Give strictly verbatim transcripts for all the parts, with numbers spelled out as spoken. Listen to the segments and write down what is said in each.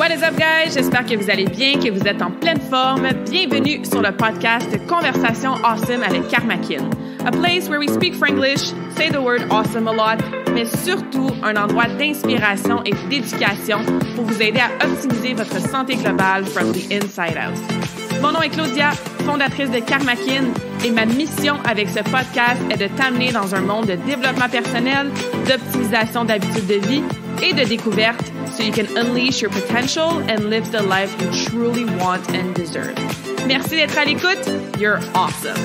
What is up, guys? J'espère que vous allez bien, que vous êtes en pleine forme. Bienvenue sur le podcast Conversation Awesome avec Karmakin. A place where we speak Franglish, say the word awesome a lot, mais surtout un endroit d'inspiration et d'éducation pour vous aider à optimiser votre santé globale from the inside out. Mon nom est Claudia, fondatrice de Karmakin, et ma mission avec ce podcast est de t'amener dans un monde de développement personnel, d'optimisation d'habitudes de vie et de découverte so you can unleash your potential and live the life you truly want and deserve. Merci d'être à l'écoute. You're awesome.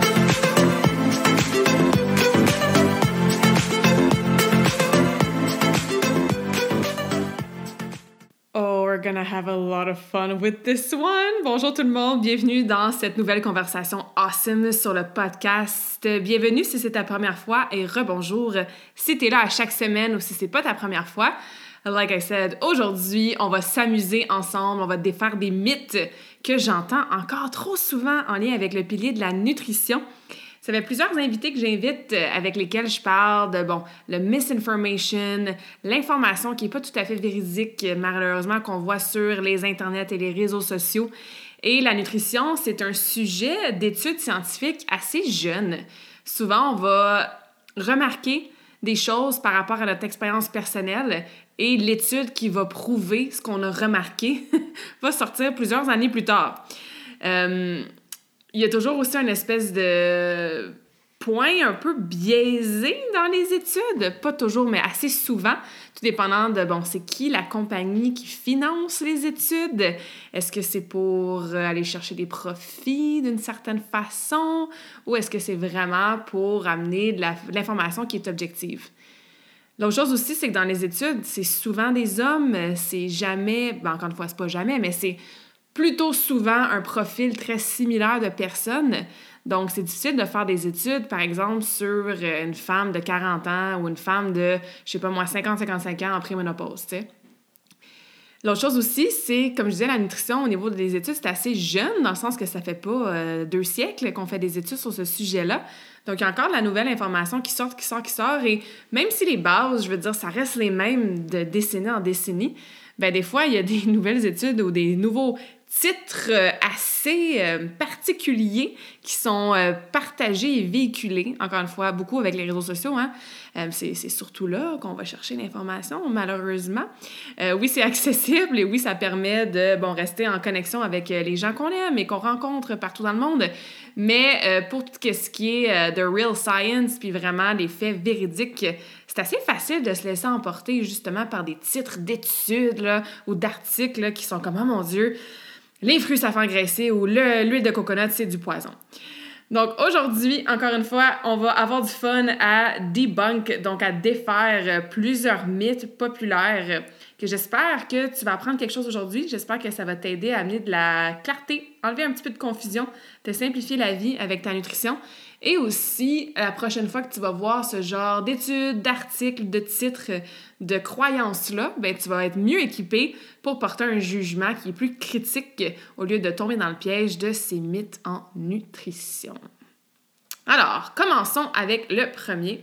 Oh, we're gonna have a lot of fun with this one. Bonjour tout le monde, bienvenue dans cette nouvelle conversation awesome sur le podcast. Bienvenue si c'est ta première fois et rebonjour si t'es là à chaque semaine ou si c'est pas ta première fois. Like I said, aujourd'hui, on va s'amuser ensemble, on va défaire des mythes que j'entends encore trop souvent en lien avec le pilier de la nutrition. Ça fait plusieurs invités que j'invite avec lesquels je parle de, bon, le misinformation, l'information qui n'est pas tout à fait véridique, malheureusement, qu'on voit sur les internets et les réseaux sociaux. Et la nutrition, c'est un sujet d'études scientifiques assez jeune. Souvent, on va remarquer des choses par rapport à notre expérience personnelle et l'étude qui va prouver ce qu'on a remarqué va sortir plusieurs années plus tard. Euh, il y a toujours aussi une espèce de point un peu biaisé dans les études, pas toujours, mais assez souvent, tout dépendant de, bon, c'est qui la compagnie qui finance les études? Est-ce que c'est pour aller chercher des profits d'une certaine façon ou est-ce que c'est vraiment pour amener de, la, de l'information qui est objective? L'autre chose aussi, c'est que dans les études, c'est souvent des hommes, c'est jamais, ben encore une fois, c'est pas jamais, mais c'est plutôt souvent un profil très similaire de personnes. Donc, c'est difficile de faire des études, par exemple, sur une femme de quarante ans ou une femme de, je sais pas moi, cinquante à cinquante-cinq ans en préménopause, tu sais. L'autre chose aussi, c'est, comme je disais, la nutrition au niveau des études, c'est assez jeune, dans le sens que ça fait pas euh, deux siècles qu'on fait des études sur ce sujet-là. Donc, il y a encore de la nouvelle information qui sort, qui sort, qui sort. Et même si les bases, je veux dire, ça reste les mêmes de décennie en décennie, bien, des fois, il y a des nouvelles études ou des nouveaux titres assez euh, particuliers qui sont euh, partagés et véhiculés, encore une fois, beaucoup avec les réseaux sociaux, hein. Euh, c'est, c'est surtout là qu'on va chercher l'information, malheureusement. Euh, oui, c'est accessible et oui, ça permet de, bon, rester en connexion avec les gens qu'on aime et qu'on rencontre partout dans le monde. Mais euh, pour tout ce qui est euh, de real science, puis vraiment des faits véridiques, c'est assez facile de se laisser emporter justement par des titres d'études là, ou d'articles là, qui sont comme « Oh mon Dieu, les fruits, ça fait engraisser » ou « l'huile de coconut, c'est du poison ». Donc aujourd'hui, encore une fois, on va avoir du fun à debunk, donc à défaire plusieurs mythes populaires que j'espère que tu vas apprendre quelque chose aujourd'hui. J'espère que ça va t'aider à amener de la clarté, enlever un petit peu de confusion, te simplifier la vie avec ta nutrition. Et aussi, la prochaine fois que tu vas voir ce genre d'études, d'articles, de titres, de croyances-là, ben, tu vas être mieux équipé pour porter un jugement qui est plus critique au lieu de tomber dans le piège de ces mythes en nutrition. Alors, commençons avec le premier.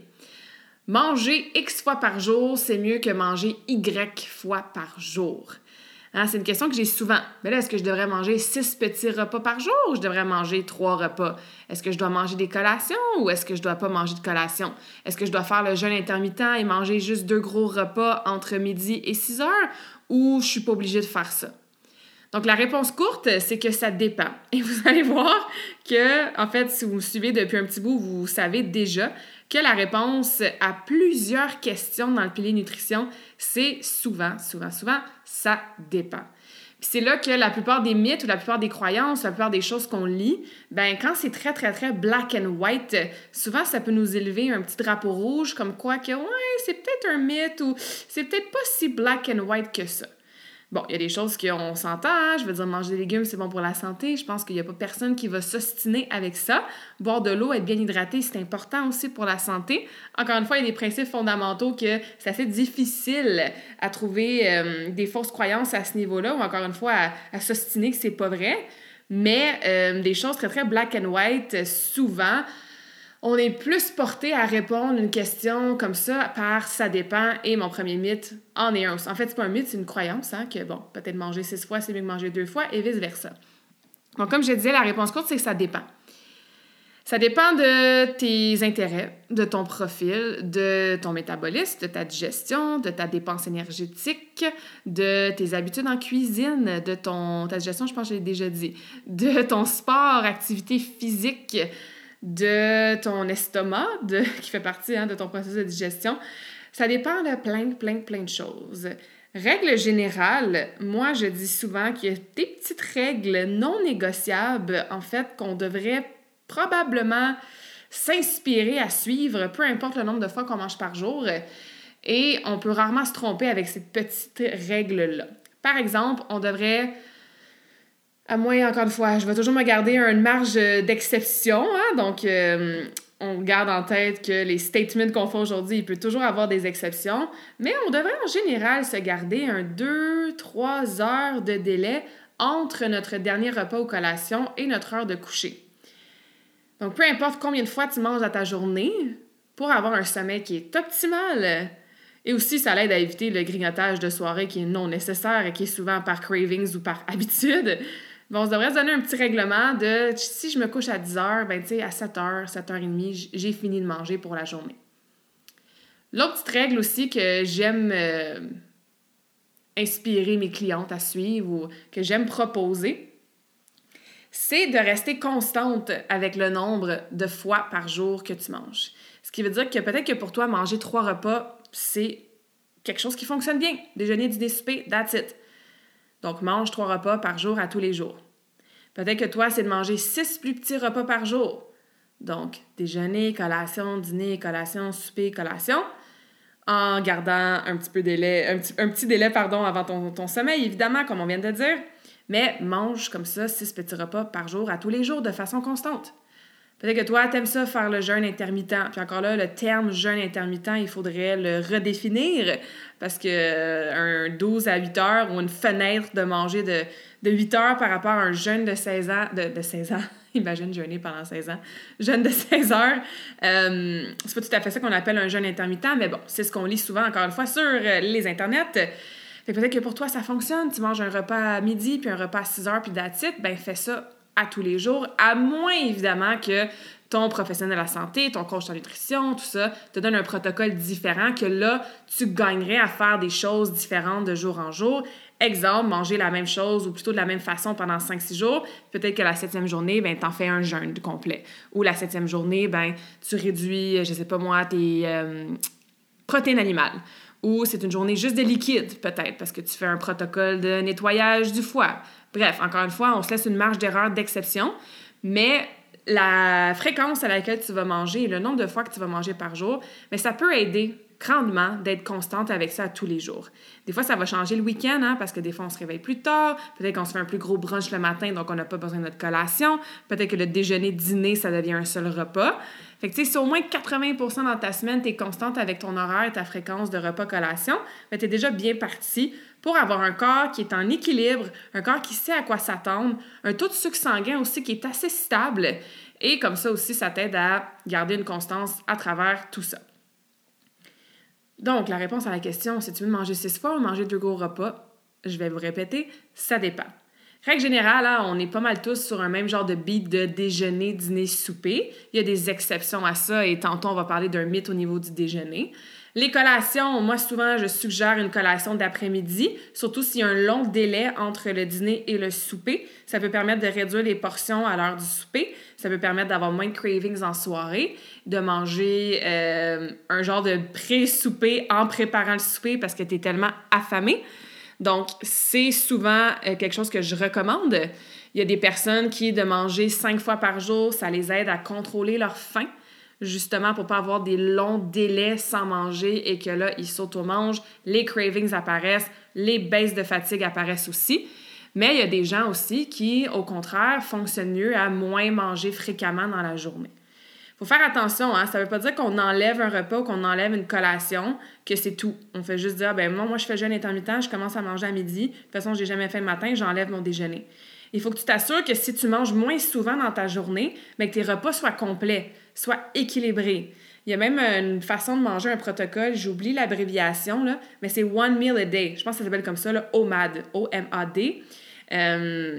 Manger X fois par jour, c'est mieux que manger Y fois par jour. Hein, c'est une question que j'ai souvent. Mais là, est-ce que je devrais manger six petits repas par jour ou je devrais manger trois repas? Est-ce que je dois manger des collations ou est-ce que je dois pas manger de collation? Est-ce que je dois faire le jeûne intermittent et manger juste deux gros repas entre midi et six heures ou je suis pas obligée de faire ça? Donc, la réponse courte, c'est que ça dépend. Et vous allez voir que, en fait, si vous me suivez depuis un petit bout, vous savez déjà que la réponse à plusieurs questions dans le pilier nutrition, c'est souvent, souvent, souvent, ça dépend. Puis c'est là que la plupart des mythes ou la plupart des croyances, la plupart des choses qu'on lit, ben quand c'est très, très, très black and white, souvent, ça peut nous élever un petit drapeau rouge comme quoi que, ouais, c'est peut-être un mythe ou c'est peut-être pas si black and white que ça. Bon, il y a des choses qu'on s'entend, hein? Je veux dire, manger des légumes, c'est bon pour la santé. Je pense qu'il n'y a pas personne qui va s'ostiner avec ça. Boire de l'eau, être bien hydraté, c'est important aussi pour la santé. Encore une fois, il y a des principes fondamentaux que c'est assez difficile à trouver euh, des fausses croyances à ce niveau-là, ou encore une fois, à, à s'ostiner que c'est pas vrai. Mais euh, des choses très, très black and white, souvent, on est plus porté à répondre à une question comme ça par « ça dépend » et mon premier mythe en est un. En fait, c'est pas un mythe, c'est une croyance, hein, que bon, peut-être manger six fois, c'est mieux que manger deux fois et vice-versa. Donc, comme je disais, la réponse courte, c'est que ça dépend. Ça dépend de tes intérêts, de ton profil, de ton métabolisme, de ta digestion, de ta dépense énergétique, de tes habitudes en cuisine, de ton... Ta digestion, je pense que je l'ai déjà dit. De ton sport, activité physique, de ton estomac, de, qui fait partie hein, de ton processus de digestion. Ça dépend de plein, plein, plein de choses. Règle générale, moi, je dis souvent qu'il y a des petites règles non négociables, en fait, qu'on devrait probablement s'inspirer à suivre, peu importe le nombre de fois qu'on mange par jour. Et on peut rarement se tromper avec ces petites règles-là. Par exemple, on devrait, à moins, encore une fois, je vais toujours me garder une marge d'exception. Hein? Donc, euh, on garde en tête que les statements qu'on fait aujourd'hui, il peut toujours avoir des exceptions. Mais on devrait en général se garder un deux trois heures de délai entre notre dernier repas ou collation et notre heure de coucher. Donc, peu importe combien de fois tu manges à ta journée, pour avoir un sommeil qui est optimal. Et aussi, ça l'aide à éviter le grignotage de soirée qui est non nécessaire et qui est souvent par cravings ou par habitude. Bon, on se devrait se donner un petit règlement de si je me couche à dix heures, ben tu sais, à sept heures, sept heures trente, j'ai fini de manger pour la journée. L'autre petite règle aussi que j'aime euh, inspirer mes clientes à suivre ou que j'aime proposer, c'est de rester constante avec le nombre de fois par jour que tu manges. Ce qui veut dire que peut-être que pour toi, manger trois repas, c'est quelque chose qui fonctionne bien. Déjeuner, dîner, souper, that's it. Donc, mange trois repas par jour à tous les jours. Peut-être que toi, c'est de manger six plus petits repas par jour. Donc, déjeuner, collation, dîner, collation, souper, collation, en gardant un petit peu délai, un petit, un petit délai pardon, avant ton, ton sommeil, évidemment, comme on vient de le dire. Mais mange comme ça six petits repas par jour à tous les jours de façon constante. Peut-être que toi, t'aimes ça faire le jeûne intermittent. Puis encore là, le terme jeûne intermittent, il faudrait le redéfinir parce que euh, un douze à huit heures ou une fenêtre de manger de, de huit heures par rapport à un jeûne de seize ans, de, de seize ans, imagine jeûner pendant seize ans, jeûne de seize heures, euh, c'est pas tout à fait ça qu'on appelle un jeûne intermittent, mais bon, c'est ce qu'on lit souvent, encore une fois, sur les internets. Fait que peut-être que pour toi, ça fonctionne. Tu manges un repas à midi, puis un repas à six heures, puis that's it. Ben, fais ça à tous les jours, à moins, évidemment, que ton professionnel de la santé, ton coach en nutrition, tout ça, te donne un protocole différent, que là, tu gagnerais à faire des choses différentes de jour en jour. Exemple, manger la même chose, ou plutôt de la même façon pendant cinq six jours. Peut-être que la septième journée, ben, t'en fais un jeûne complet. Ou la septième journée, ben, tu réduis, je sais pas moi, tes euh, protéines animales. Ou c'est une journée juste de liquide, peut-être, parce que tu fais un protocole de nettoyage du foie. Bref, encore une fois, on se laisse une marge d'erreur d'exception, mais la fréquence à laquelle tu vas manger et le nombre de fois que tu vas manger par jour, mais ça peut aider grandement d'être constante avec ça tous les jours. Des fois, ça va changer le week-end, hein, parce que des fois, on se réveille plus tard. Peut-être qu'on se fait un plus gros brunch le matin, donc on n'a pas besoin de notre collation. Peut-être que le déjeuner-dîner, ça devient un seul repas. Fait que, tu sais, si au moins quatre-vingts pour cent dans ta semaine, tu es constante avec ton horaire et ta fréquence de repas-collation, ben, tu es déjà bien parti pour avoir un corps qui est en équilibre, un corps qui sait à quoi s'attendre, un taux de sucre sanguin aussi qui est assez stable. Et comme ça aussi, ça t'aide à garder une constance à travers tout ça. Donc, la réponse à la question, si tu veux manger six fois ou manger deux gros repas, je vais vous répéter, ça dépend. Règle générale, hein, on est pas mal tous sur un même genre de beat de déjeuner, dîner, souper. Il y a des exceptions à ça et tantôt, on va parler d'un mythe au niveau du déjeuner. Les collations, moi, souvent, je suggère une collation d'après-midi, surtout s'il y a un long délai entre le dîner et le souper. Ça peut permettre de réduire les portions à l'heure du souper. Ça peut permettre d'avoir moins de cravings en soirée, de manger euh, un genre de pré-souper en préparant le souper parce que tu es tellement affamé. Donc, c'est souvent euh, quelque chose que je recommande. Il y a des personnes qui, de manger cinq fois par jour, ça les aide à contrôler leur faim, justement pour pas avoir des longs délais sans manger et que là, ils s'auto-mangent, les cravings apparaissent, les baisses de fatigue apparaissent aussi. Mais il y a des gens aussi qui, au contraire, fonctionnent mieux à moins manger fréquemment dans la journée. Il faut faire attention, hein? Ça ne veut pas dire qu'on enlève un repas ou qu'on enlève une collation, que c'est tout. On fait juste dire, ben moi, moi, je fais jeûne intermittent, je commence à manger à midi. De toute façon, je n'ai jamais fait le matin, j'enlève mon déjeuner. Il faut que tu t'assures que si tu manges moins souvent dans ta journée, bien que tes repas soient complets. soit équilibré. Il y a même une façon de manger un protocole, j'oublie l'abréviation, là, mais c'est One Meal a Day. Je pense que ça s'appelle comme ça, là, O M A D, O M A D. Euh,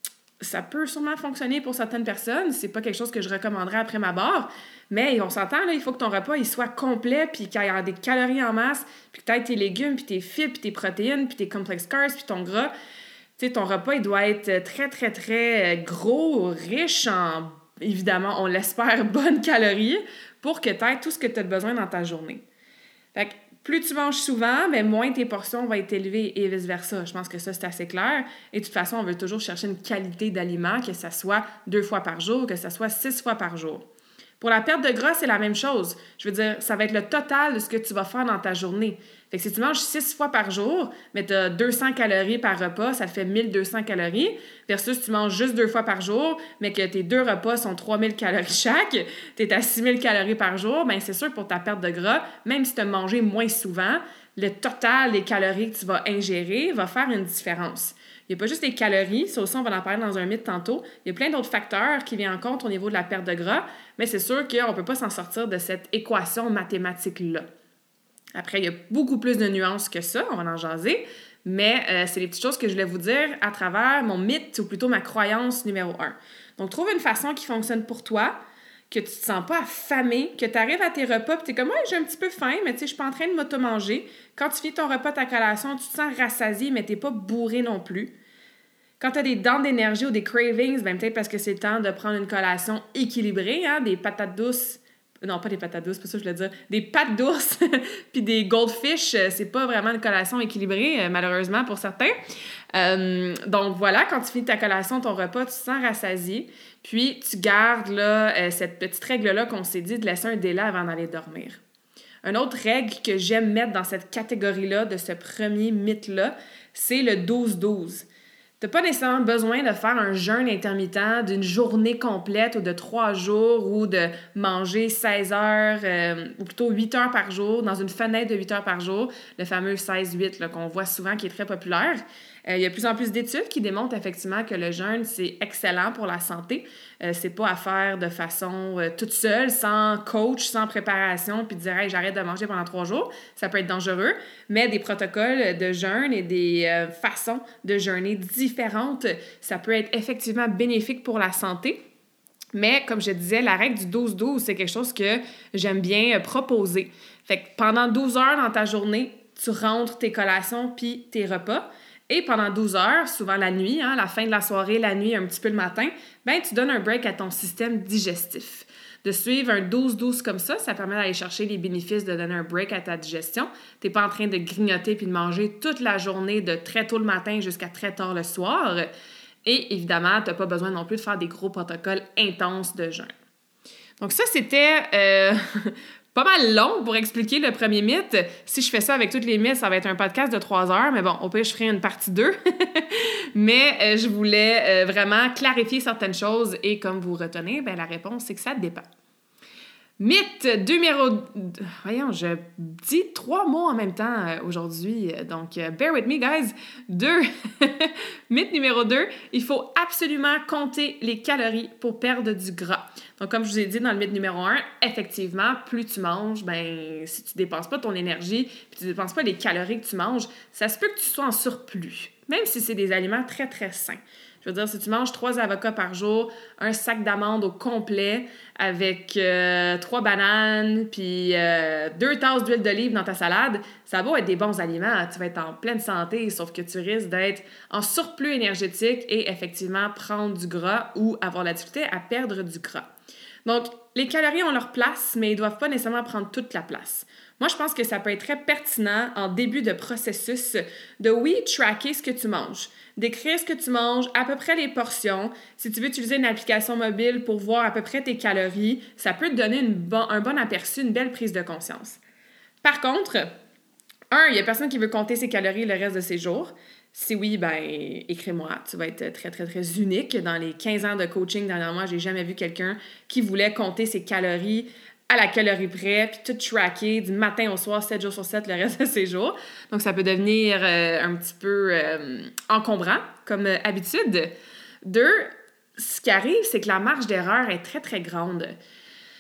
ça peut sûrement fonctionner pour certaines personnes. C'est pas quelque chose que je recommanderais après ma barre, mais on s'entend, là, il faut que ton repas il soit complet, puis qu'il y ait des calories en masse, puis que tu aies tes légumes, puis tes fibres, puis tes protéines, puis tes complex carbs, puis ton gras. Tu sais, ton repas, il doit être très, très, très gros, riche en, évidemment, on l'espère, bonnes calories, pour que tu aies tout ce que tu as besoin dans ta journée. Fait que plus tu manges souvent, bien, moins tes portions vont être élevées et vice-versa. Je pense que ça, c'est assez clair. Et de toute façon, on veut toujours chercher une qualité d'aliment, que ça soit deux fois par jour, que ça soit six fois par jour. Pour la perte de gras, c'est la même chose. Je veux dire, ça va être le total de ce que tu vas faire dans ta journée. Fait que si tu manges six fois par jour, mais tu as deux cents calories par repas, ça te fait mille deux cents calories, versus tu manges juste deux fois par jour, mais que tes deux repas sont trois mille calories chaque, tu es à six mille calories par jour, bien c'est sûr pour ta perte de gras, même si tu as mangé moins souvent, le total des calories que tu vas ingérer va faire une différence. Il n'y a pas juste les calories, ça aussi on va en parler dans un mythe tantôt, il y a plein d'autres facteurs qui viennent en compte au niveau de la perte de gras, mais c'est sûr qu'on ne peut pas s'en sortir de cette équation mathématique-là. Après, il y a beaucoup plus de nuances que ça, on va en jaser, mais euh, c'est les petites choses que je voulais vous dire à travers mon mythe, ou plutôt ma croyance numéro un. Donc, trouve une façon qui fonctionne pour toi, que tu ne te sens pas affamé, que tu arrives à tes repas, puis tu es comme « Ouais, j'ai un petit peu faim, mais tu sais, je suis pas en train de m'auto-manger. » Quand tu finis ton repas, ta collation, tu te sens rassasié, mais tu n'es pas bourré non plus. Quand tu as des dents d'énergie ou des cravings, ben peut-être parce que c'est le temps de prendre une collation équilibrée, hein, des patates douces. Non, pas des patates douces, c'est pas ça que je voulais dire. Des pâtes douces puis des goldfish, c'est pas vraiment une collation équilibrée, malheureusement, pour certains. Euh, donc voilà, quand tu finis ta collation, ton repas, tu te sens rassasié. Puis tu gardes là, euh, cette petite règle-là qu'on s'est dit de laisser un délai avant d'aller dormir. Une autre règle que j'aime mettre dans cette catégorie-là, de ce premier mythe-là, c'est le douze douze. Tu n'as pas nécessairement besoin de faire un jeûne intermittent d'une journée complète ou de trois jours ou de manger seize heures euh, ou plutôt huit heures par jour dans une fenêtre de huit heures par jour, le fameux seize huit là, qu'on voit souvent qui est très populaire. Euh, il y a de plus en plus d'études qui démontrent effectivement que le jeûne, c'est excellent pour la santé. Euh, c'est pas à faire de façon euh, toute seule, sans coach, sans préparation, puis dire hey, « j'arrête de manger pendant trois jours ». Ça peut être dangereux, mais des protocoles de jeûne et des euh, façons de jeûner différentes, ça peut être effectivement bénéfique pour la santé. Mais comme je disais, la règle du douze douze, c'est quelque chose que j'aime bien proposer. Fait que pendant douze heures dans ta journée, tu rentres tes collations puis tes repas. Et pendant douze heures, souvent la nuit, hein, la fin de la soirée, la nuit, un petit peu le matin, ben tu donnes un break à ton système digestif. De suivre un douze douze comme ça, ça permet d'aller chercher les bénéfices de donner un break à ta digestion. Tu n'es pas en train de grignoter puis de manger toute la journée de très tôt le matin jusqu'à très tard le soir. Et évidemment, tu n'as pas besoin non plus de faire des gros protocoles intenses de jeûne. Donc ça, c'était euh, pas mal long pour expliquer le premier mythe. Si je fais ça avec toutes les mythes, ça va être un podcast de trois heures, mais bon, au pire, je ferai une partie deux. mais euh, je voulais euh, vraiment clarifier certaines choses et comme vous retenez, ben, la réponse, c'est que ça dépend. Mythe numéro... Voyons, je dis trois mots en même temps euh, aujourd'hui, donc euh, bear with me, guys. Deux. Mythe numéro deux, il faut absolument compter les calories pour perdre du gras. Donc, comme je vous ai dit dans le mythe numéro un, effectivement, plus tu manges, ben si tu ne dépenses pas ton énergie, puis tu ne dépenses pas les calories que tu manges, ça se peut que tu sois en surplus, même si c'est des aliments très, très sains. Je veux dire, si tu manges trois avocats par jour, un sac d'amandes au complet avec euh, trois bananes puis euh, deux tasses d'huile d'olive dans ta salade, ça va être des bons aliments. Tu vas être en pleine santé, sauf que tu risques d'être en surplus énergétique et effectivement prendre du gras ou avoir la difficulté à perdre du gras. Donc, les calories ont leur place, mais ils ne doivent pas nécessairement prendre toute la place. Moi, je pense que ça peut être très pertinent en début de processus de, oui, tracker ce que tu manges, d'écrire ce que tu manges, à peu près les portions. Si tu veux utiliser une application mobile pour voir à peu près tes calories, ça peut te donner une bon, un bon aperçu, une belle prise de conscience. Par contre, un, il n'y a personne qui veut compter ses calories le reste de ses jours. Si oui, ben écris-moi. Tu vas être très, très, très unique. Dans les quinze ans de coaching dernièrement, j'ai jamais vu quelqu'un qui voulait compter ses calories à la calorie près, puis tout tracker du matin au soir, sept jours sur sept, le reste de ses jours. Donc, ça peut devenir euh, un petit peu euh, encombrant, comme euh, habitude. Deux, ce qui arrive, c'est que la marge d'erreur est très, très grande.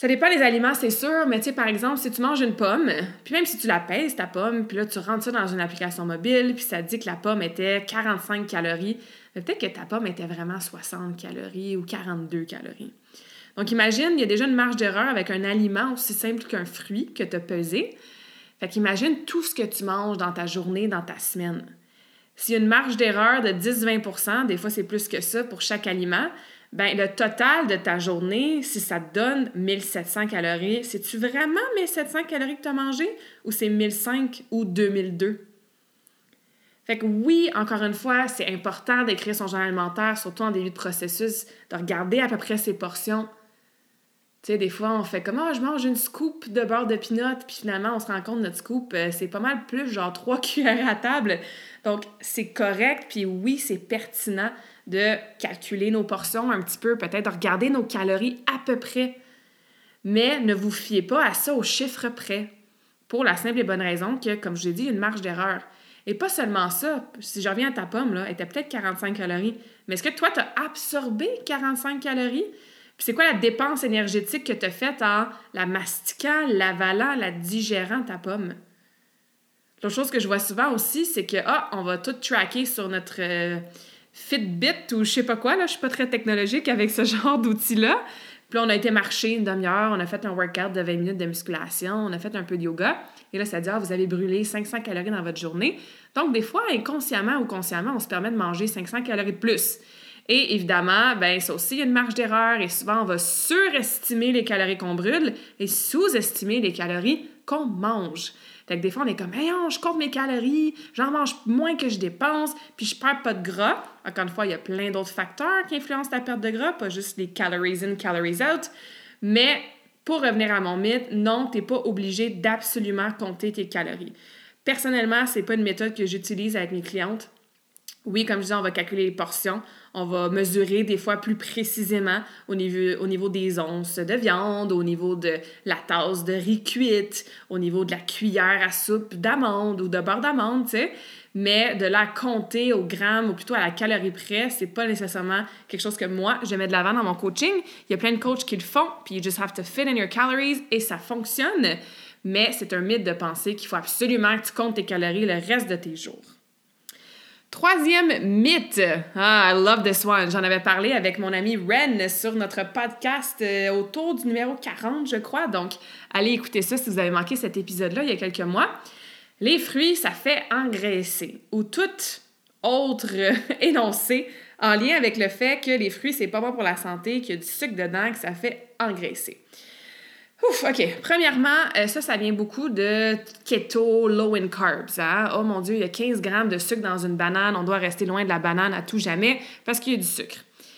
Ça dépend des aliments, c'est sûr, mais tu sais, par exemple, si tu manges une pomme, puis même si tu la pèses, ta pomme, puis là, tu rentres ça dans une application mobile, puis ça te dit que la pomme était quarante-cinq calories, mais peut-être que ta pomme était vraiment soixante calories ou quarante-deux calories. Donc, imagine, il y a déjà une marge d'erreur avec un aliment aussi simple qu'un fruit que tu as pesé. Fait qu'imagine tout ce que tu manges dans ta journée, dans ta semaine. S'il y a une marge d'erreur de dix à vingt pour cent, des fois c'est plus que ça pour chaque aliment, ben le total de ta journée, si ça te donne mille sept cents calories, c'est-tu vraiment mille sept cents calories que tu as mangé ou c'est mille cinq ou deux mille deux? Fait que oui, encore une fois, c'est important d'écrire son journal alimentaire, surtout en début de processus, de regarder à peu près ses portions. Tu sais, des fois, on fait comme « Ah, oh, je mange une scoop de beurre de pinot », puis finalement, on se rend compte que notre scoop, euh, c'est pas mal plus, genre trois cuillères à table. Donc, c'est correct, puis oui, c'est pertinent de calculer nos portions un petit peu, peut-être de regarder nos calories à peu près. Mais ne vous fiez pas à ça au chiffre près, pour la simple et bonne raison que, comme je l'ai dit, il y a une marge d'erreur. Et pas seulement ça, si je reviens à ta pomme, là, elle était peut-être quarante-cinq calories, mais est-ce que toi, tu as absorbé quarante-cinq calories? Puis c'est quoi la dépense énergétique que tu as faite en la mastiquant, l'avalant, la digérant, ta pomme? L'autre chose que je vois souvent aussi, c'est que, ah, on va tout tracker sur notre euh, Fitbit ou je sais pas quoi, là, je suis pas très technologique avec ce genre d'outils-là. Puis là, on a été marcher une demi-heure, on a fait un workout de vingt minutes de musculation, on a fait un peu de yoga. Et là, ça dit, ah, vous avez brûlé cinq cents calories dans votre journée. Donc, des fois, inconsciemment ou consciemment, on se permet de manger cinq cents calories de plus. Et évidemment, ben ça aussi, il y a une marge d'erreur et souvent, on va surestimer les calories qu'on brûle et sous-estimer les calories qu'on mange. Fait que des fois, on est comme « Hey, je compte mes calories, j'en mange moins que je dépense, puis je perds pas de gras. » Encore une fois, il y a plein d'autres facteurs qui influencent la perte de gras, pas juste les calories in, calories out. Mais pour revenir à mon mythe, non, tu n'es pas obligé d'absolument compter tes calories. Personnellement, c'est pas une méthode que j'utilise avec mes clientes. Oui, comme je disais, on va calculer les portions, on va mesurer des fois plus précisément au niveau, au niveau des onces de viande, au niveau de la tasse de riz cuite, au niveau de la cuillère à soupe d'amande ou de beurre d'amande, tu sais. Mais de la compter au gramme ou plutôt à la calorie près, c'est pas nécessairement quelque chose que moi, je mets de l'avant dans mon coaching. Il y a plein de coachs qui le font, puis you just have to fit in your calories et ça fonctionne. Mais c'est un mythe de penser qu'il faut absolument que tu comptes tes calories le reste de tes jours. Troisième mythe. Ah, I love this one. J'en avais parlé avec mon ami Ren sur notre podcast euh, autour du numéro quarante, je crois. Donc, allez écouter ça si vous avez manqué cet épisode-là il y a quelques mois. Les fruits, ça fait engraisser. Ou tout autre euh, énoncé en lien avec le fait que les fruits, c'est pas bon pour la santé, qu'il y a du sucre dedans, que ça fait engraisser. Ouf, OK. Premièrement, euh, ça, ça vient beaucoup de keto, low in carbs. Hein? Oh mon Dieu, il y a quinze grammes de sucre dans une banane. On doit rester loin de la banane à tout jamais parce qu'il y a du sucre.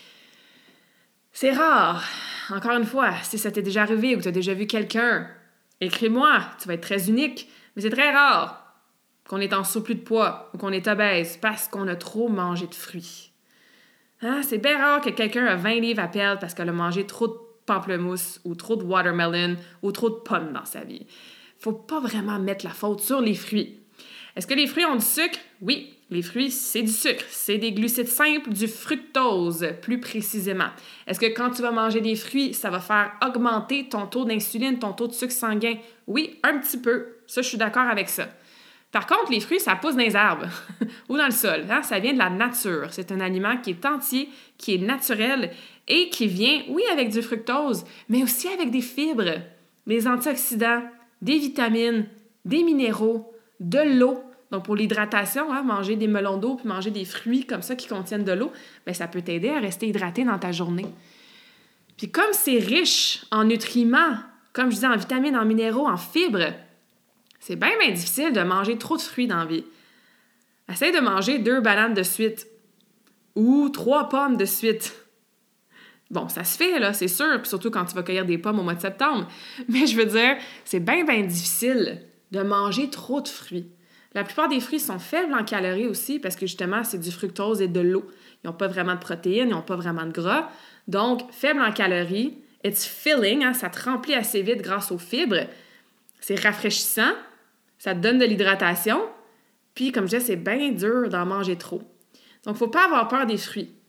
C'est rare. Encore une fois, si ça t'est déjà arrivé ou que tu as déjà vu quelqu'un, écris-moi. Tu vas être très unique. Mais c'est très rare qu'on est en surplus de poids ou qu'on est obèse parce qu'on a trop mangé de fruits. Hein? C'est bien rare que quelqu'un a vingt livres à perdre parce qu'elle a mangé trop de pamplemousse ou trop de watermelon ou trop de pommes dans sa vie. Faut pas vraiment mettre la faute sur les fruits. Est-ce que les fruits ont du sucre? Oui, les fruits, c'est du sucre. C'est des glucides simples, du fructose, plus précisément. Est-ce que quand tu vas manger des fruits, ça va faire augmenter ton taux d'insuline, ton taux de sucre sanguin? Oui, un petit peu. Ça, je suis d'accord avec ça. Par contre, les fruits, ça pousse dans les arbres ou dans le sol. Hein? Ça vient de la nature. C'est un aliment qui est entier, qui est naturel et qui vient, oui, avec du fructose, mais aussi avec des fibres, des antioxydants, des vitamines, des minéraux, de l'eau. Donc, pour l'hydratation, hein, manger des melons d'eau puis manger des fruits comme ça qui contiennent de l'eau, bien, ça peut t'aider à rester hydraté dans ta journée. Puis comme c'est riche en nutriments, comme je disais, en vitamines, en minéraux, en fibres, c'est bien, bien difficile de manger trop de fruits dans la vie. Essaye de manger deux bananes de suite ou trois pommes de suite. Bon, ça se fait, là, c'est sûr, puis surtout quand tu vas cueillir des pommes au mois de septembre. Mais je veux dire, c'est bien, bien difficile de manger trop de fruits. La plupart des fruits sont faibles en calories aussi parce que justement, c'est du fructose et de l'eau. Ils n'ont pas vraiment de protéines, ils n'ont pas vraiment de gras. Donc, faible en calories, it's filling, hein, ça te remplit assez vite grâce aux fibres. C'est rafraîchissant, ça te donne de l'hydratation. Puis, comme je disais, c'est bien dur d'en manger trop. Donc, il ne faut pas avoir peur des fruits.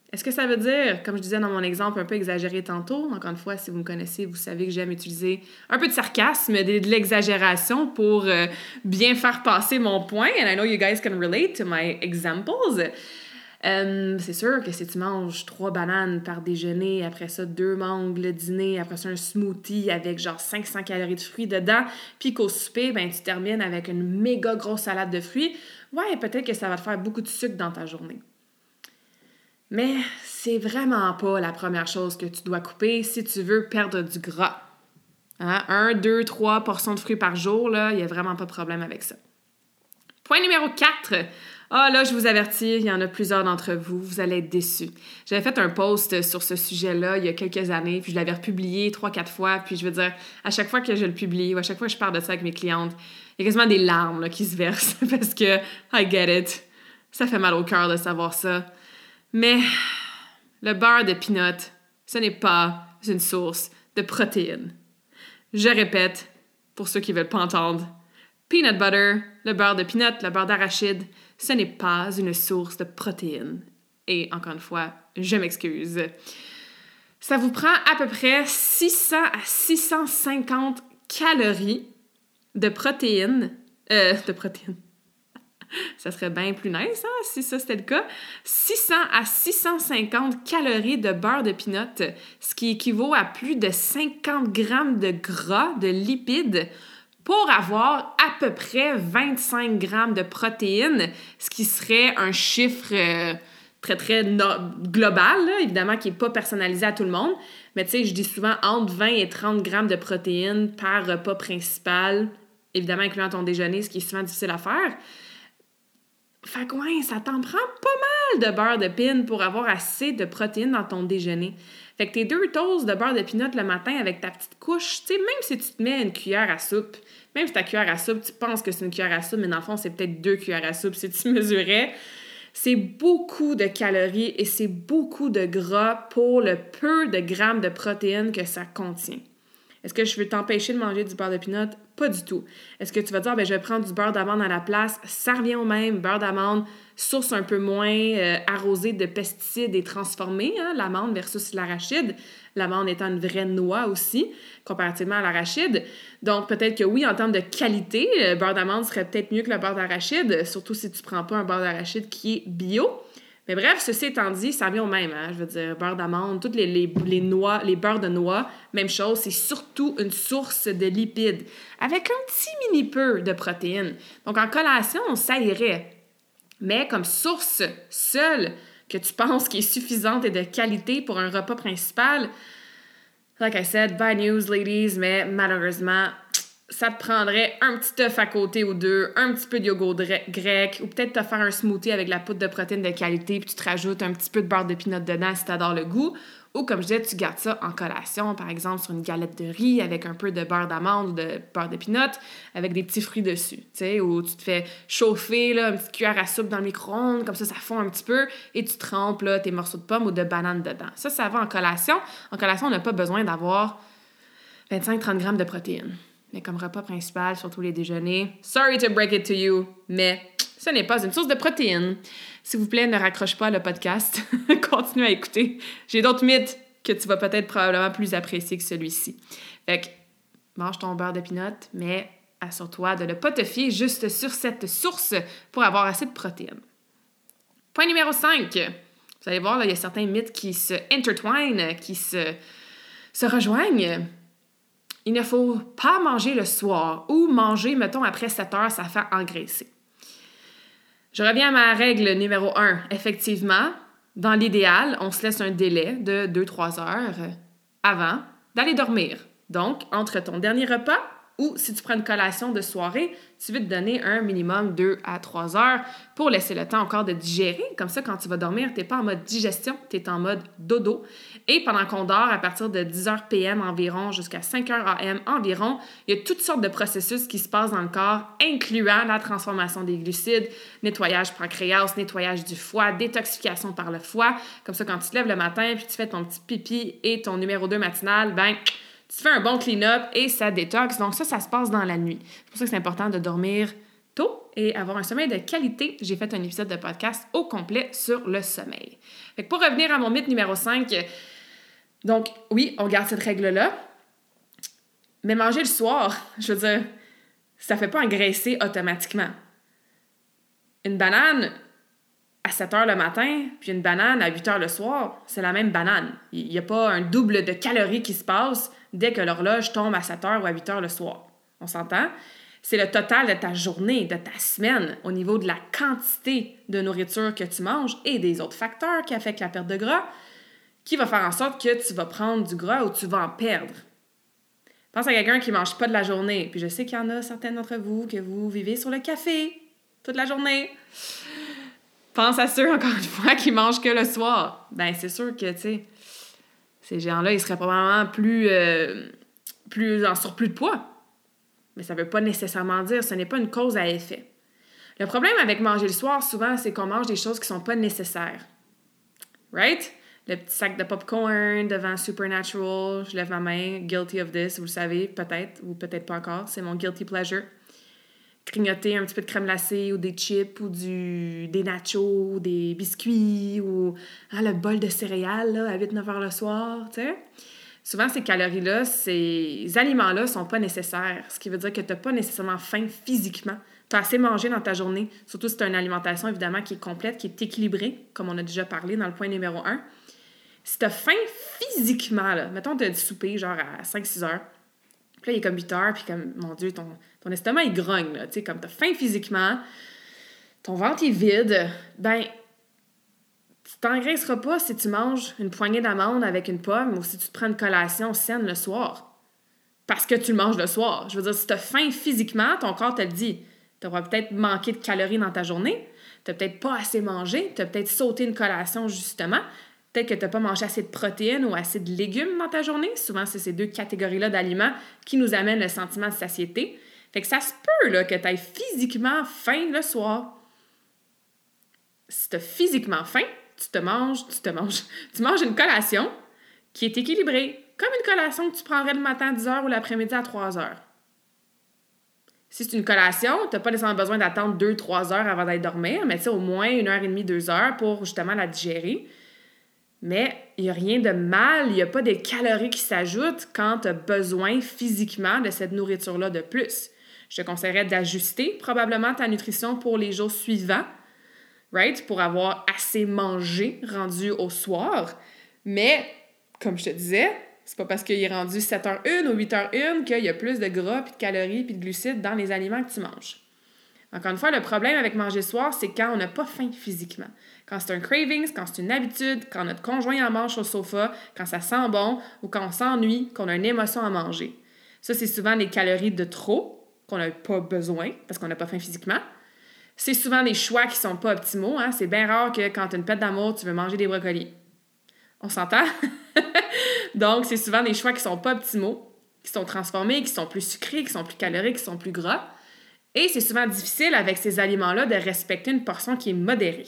Est-ce que ça veut dire, comme je disais dans mon exemple un peu exagéré tantôt, encore une fois, si vous me connaissez, vous savez que j'aime utiliser un peu de sarcasme, de, de l'exagération pour euh, bien faire passer mon point. And I know you guys can relate to my examples. Um, c'est sûr que si tu manges trois bananes par déjeuner, après ça deux mangues le dîner, après ça un smoothie avec genre cinq cents calories de fruits dedans, puis qu'au souper, ben tu termines avec une méga grosse salade de fruits, ouais, peut-être que ça va te faire beaucoup de sucre dans ta journée. Mais c'est vraiment pas la première chose que tu dois couper si tu veux perdre du gras. Hein? Un, deux, trois portions de fruits par jour, là, il n'y a vraiment pas de problème avec ça. Point numéro quatre. Ah là, je vous avertis, il y en a plusieurs d'entre vous, vous allez être déçus. J'avais fait un post sur ce sujet-là il y a quelques années, puis je l'avais republié trois, quatre fois, puis je veux dire, à chaque fois que je le publie ou à chaque fois que je parle de ça avec mes clientes, il y a quasiment des larmes là, qui se versent parce que, I get it, ça fait mal au cœur de savoir ça. Mais le beurre de peanut, ce n'est pas une source de protéines. Je répète, pour ceux qui ne veulent pas entendre, peanut butter, le beurre de peanut, le beurre d'arachide, ce n'est pas une source de protéines. Et encore une fois, je m'excuse. Ça vous prend à peu près six cents à six cent cinquante calories de protéines, euh, de protéines, ça serait bien plus nice, hein, si ça c'était le cas. six cents à six cent cinquante calories de beurre de peanut, ce qui équivaut à plus de cinquante grammes de gras, de lipides, pour avoir à peu près vingt-cinq grammes de protéines, ce qui serait un chiffre euh, très, très no- global, là, évidemment, qui n'est pas personnalisé à tout le monde. Mais tu sais, je dis souvent entre vingt et trente grammes de protéines par repas principal, évidemment incluant ton déjeuner, ce qui est souvent difficile à faire. Fait que ouais, ça t'en prend pas mal de beurre de pin pour avoir assez de protéines dans ton déjeuner. Fait que tes deux toasts de beurre de peanut le matin avec ta petite couche, tu sais, même si tu te mets une cuillère à soupe, même si ta cuillère à soupe, tu penses que c'est une cuillère à soupe, mais dans le fond, c'est peut-être deux cuillères à soupe si tu mesurais, c'est beaucoup de calories et c'est beaucoup de gras pour le peu de grammes de protéines que ça contient. Est-ce que je veux t'empêcher de manger du beurre de peanut? Pas du tout. Est-ce que tu vas dire, ben, je vais prendre du beurre d'amande à la place? Ça revient au même. Beurre d'amande, source un peu moins euh, arrosée de pesticides et transformée, hein, l'amande versus l'arachide. L'amande étant une vraie noix aussi, comparativement à l'arachide. Donc, peut-être que oui, en termes de qualité, le beurre d'amande serait peut-être mieux que le beurre d'arachide, surtout si tu ne prends pas un beurre d'arachide qui est bio. Mais bref, ceci étant dit, ça revient au même, hein? Je veux dire, beurre d'amande, toutes les, les, les noix, les beurres de noix, même chose, c'est surtout une source de lipides, avec un petit mini peu de protéines. Donc, en collation, ça irait. Mais comme source seule, que tu penses qui est suffisante et de qualité pour un repas principal, like I said, bad news, ladies, mais malheureusement, ça te prendrait un petit œuf à côté ou deux, un petit peu de yogourt grec, ou peut-être te faire un smoothie avec la poudre de protéines de qualité, puis tu te rajoutes un petit peu de beurre de peanut dedans si tu adores le goût. Ou comme je disais, tu gardes ça en collation, par exemple sur une galette de riz avec un peu de beurre d'amande ou de beurre de peanut, avec des petits fruits dessus, tu sais, ou tu te fais chauffer là, une petite cuillère à soupe dans le micro-ondes, comme ça, ça fond un petit peu, et tu trempes là, tes morceaux de pommes ou de bananes dedans. Ça, ça va en collation. En collation, on n'a pas besoin d'avoir vingt-cinq à trente grammes de protéines. Mais comme repas principal, surtout les déjeuners, sorry to break it to you, mais ce n'est pas une source de protéines. S'il vous plaît, ne raccroche pas le podcast. Continue à écouter. J'ai d'autres mythes que tu vas peut-être probablement plus apprécier que celui-ci. Fait que, mange ton beurre de peanut, mais assure-toi de ne pas te fier juste sur cette source pour avoir assez de protéines. Point numéro cinq. Vous allez voir, là, il y a certains mythes qui se intertwinent, qui se, se rejoignent. Il ne faut pas manger le soir ou manger, mettons, après sept heures, ça fait engraisser. Je reviens à ma règle numéro un. Effectivement, dans l'idéal, on se laisse un délai de deux à trois heures avant d'aller dormir. Donc, entre ton dernier repas ou si tu prends une collation de soirée, tu veux te donner un minimum deux à trois heures pour laisser le temps encore de digérer. Comme ça, quand tu vas dormir, tu n'es pas en mode digestion, tu es en mode dodo. Et pendant qu'on dort, à partir de dix heures P M environ jusqu'à cinq heures A M environ, il y a toutes sortes de processus qui se passent dans le corps, incluant la transformation des glucides, nettoyage pancréas, nettoyage du foie, détoxification par le foie. Comme ça, quand tu te lèves le matin puis tu fais ton petit pipi et ton numéro deux matinal, ben tu fais un bon clean-up et ça détoxe. Donc ça, ça se passe dans la nuit. C'est pour ça que c'est important de dormir tôt et avoir un sommeil de qualité. J'ai fait un épisode de podcast au complet sur le sommeil. Fait que pour revenir à mon mythe numéro cinq, donc oui, on garde cette règle-là, mais manger le soir, je veux dire, ça fait pas engraisser automatiquement. Une banane à sept heures le matin, puis une banane à huit heures le soir, c'est la même banane. Il n'y a pas un double de calories qui se passe dès que l'horloge tombe à sept heures ou à huit heures le soir. On s'entend? C'est le total de ta journée, de ta semaine, au niveau de la quantité de nourriture que tu manges et des autres facteurs qui affectent la perte de gras, qui va faire en sorte que tu vas prendre du gras ou tu vas en perdre. Pense à quelqu'un qui ne mange pas de la journée. Puis je sais qu'il y en a certaines d'entre vous que vous vivez sur le café toute la journée. Pense à ceux, encore une fois, qui mangent que le soir. Ben c'est sûr que, tu sais, ces gens-là, ils seraient probablement plus, euh, plus en surplus de poids. Mais ça ne veut pas nécessairement dire, ce n'est pas une cause à effet. Le problème avec manger le soir, souvent, c'est qu'on mange des choses qui ne sont pas nécessaires. Right? Le petit sac de popcorn devant Supernatural, je lève ma main, guilty of this, vous le savez, peut-être, ou peut-être pas encore, c'est mon guilty pleasure. Grignoter un petit peu de crème glacée, ou des chips, ou du, des nachos, ou des biscuits, ou ah, le bol de céréales là, à huit neuf heures le soir, tu sais. Souvent, ces calories-là, ces aliments-là ne sont pas nécessaires, ce qui veut dire que tu n'as pas nécessairement faim physiquement. Tu as assez mangé dans ta journée, surtout si tu as une alimentation, évidemment, qui est complète, qui est équilibrée, comme on a déjà parlé dans le point numéro un. Si tu as faim physiquement, là, mettons, tu as du souper, genre à cinq six heures, puis là, il est comme huit heures, puis comme, mon Dieu, ton, ton estomac, il grogne, là, tu sais, comme tu as faim physiquement, ton ventre est vide, ben, tu t'engraisseras pas si tu manges une poignée d'amandes avec une pomme ou si tu te prends une collation saine le soir. Parce que tu le manges le soir. Je veux dire, si tu as faim physiquement, ton corps te le dit. Tu auras peut-être manqué de calories dans ta journée, tu n'as peut-être pas assez mangé, tu as peut-être sauté une collation justement, peut-être que tu n'as pas mangé assez de protéines ou assez de légumes dans ta journée. Souvent, c'est ces deux catégories-là d'aliments qui nous amènent le sentiment de satiété. Fait que ça se peut là, que tu aies physiquement faim le soir. Si tu as physiquement faim, tu te manges, tu te manges, tu manges une collation qui est équilibrée, comme une collation que tu prendrais le matin à dix heures ou l'après-midi à trois heures. Si c'est une collation, tu n'as pas nécessairement besoin d'attendre deux trois heures avant d'aller dormir, mais tu sais, au moins une heure et demie, deux heures pour justement la digérer. Mais il n'y a rien de mal, il n'y a pas des calories qui s'ajoutent quand tu as besoin physiquement de cette nourriture-là de plus. Je te conseillerais d'ajuster probablement ta nutrition pour les jours suivants, right? Pour avoir assez mangé rendu au soir. Mais, comme je te disais, c'est pas parce qu'il est rendu sept heures une ou huit heures une qu'il y a plus de gras, puis de calories, puis de glucides dans les aliments que tu manges. Encore une fois, le problème avec manger le soir, c'est quand on n'a pas faim physiquement. Quand c'est un cravings, quand c'est une habitude, quand notre conjoint en mange au sofa, quand ça sent bon, ou quand on s'ennuie, qu'on a une émotion à manger. Ça, c'est souvent des calories de trop, qu'on n'a pas besoin, parce qu'on n'a pas faim physiquement. C'est souvent des choix qui sont pas optimaux. Hein? C'est bien rare que quand tu as une pète d'amour, tu veux manger des brocolis. On s'entend? Donc, c'est souvent des choix qui sont pas optimaux, qui sont transformés, qui sont plus sucrés, qui sont plus caloriques, qui sont plus gras. Et c'est souvent difficile avec ces aliments-là de respecter une portion qui est modérée.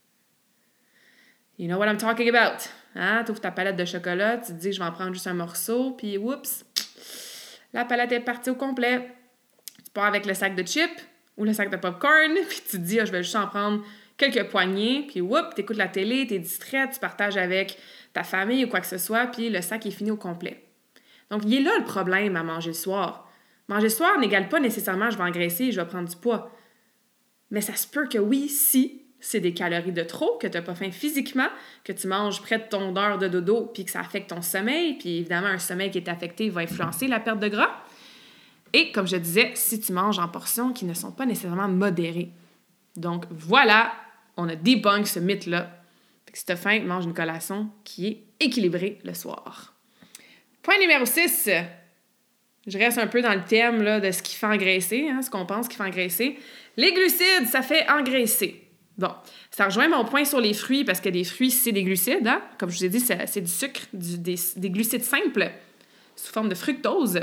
You know what I'm talking about? Hein? Tu ouvres ta palette de chocolat, tu te dis je vais en prendre juste un morceau, puis oups, la palette est partie au complet. Tu pars avec le sac de chips ou le sac de popcorn, puis tu te dis ah, je vais juste en prendre quelques poignées, puis oups, tu écoutes la télé, tu es distrait, tu partages avec ta famille ou quoi que ce soit, puis le sac est fini au complet. Donc, il est là le problème à manger le soir. Manger le soir n'égale pas nécessairement je vais engraisser et je vais prendre du poids. Mais ça se peut que oui, si c'est des calories de trop, que tu n'as pas faim physiquement, que tu manges près de ton heure de dodo puis que ça affecte ton sommeil, puis évidemment, un sommeil qui est affecté va influencer la perte de gras. Et comme je disais, si tu manges en portions qui ne sont pas nécessairement modérées. Donc voilà, on a debunk ce mythe-là. Fait que si tu as faim, mange une collation qui est équilibrée le soir. Point numéro six. Je reste un peu dans le thème là, de ce qui fait engraisser, hein, ce qu'on pense qui fait engraisser. Les glucides, ça fait engraisser. Bon, ça rejoint mon point sur les fruits, parce que des fruits, c'est des glucides. Hein? Comme je vous ai dit, c'est, c'est du sucre, du, des, des glucides simples, sous forme de fructose.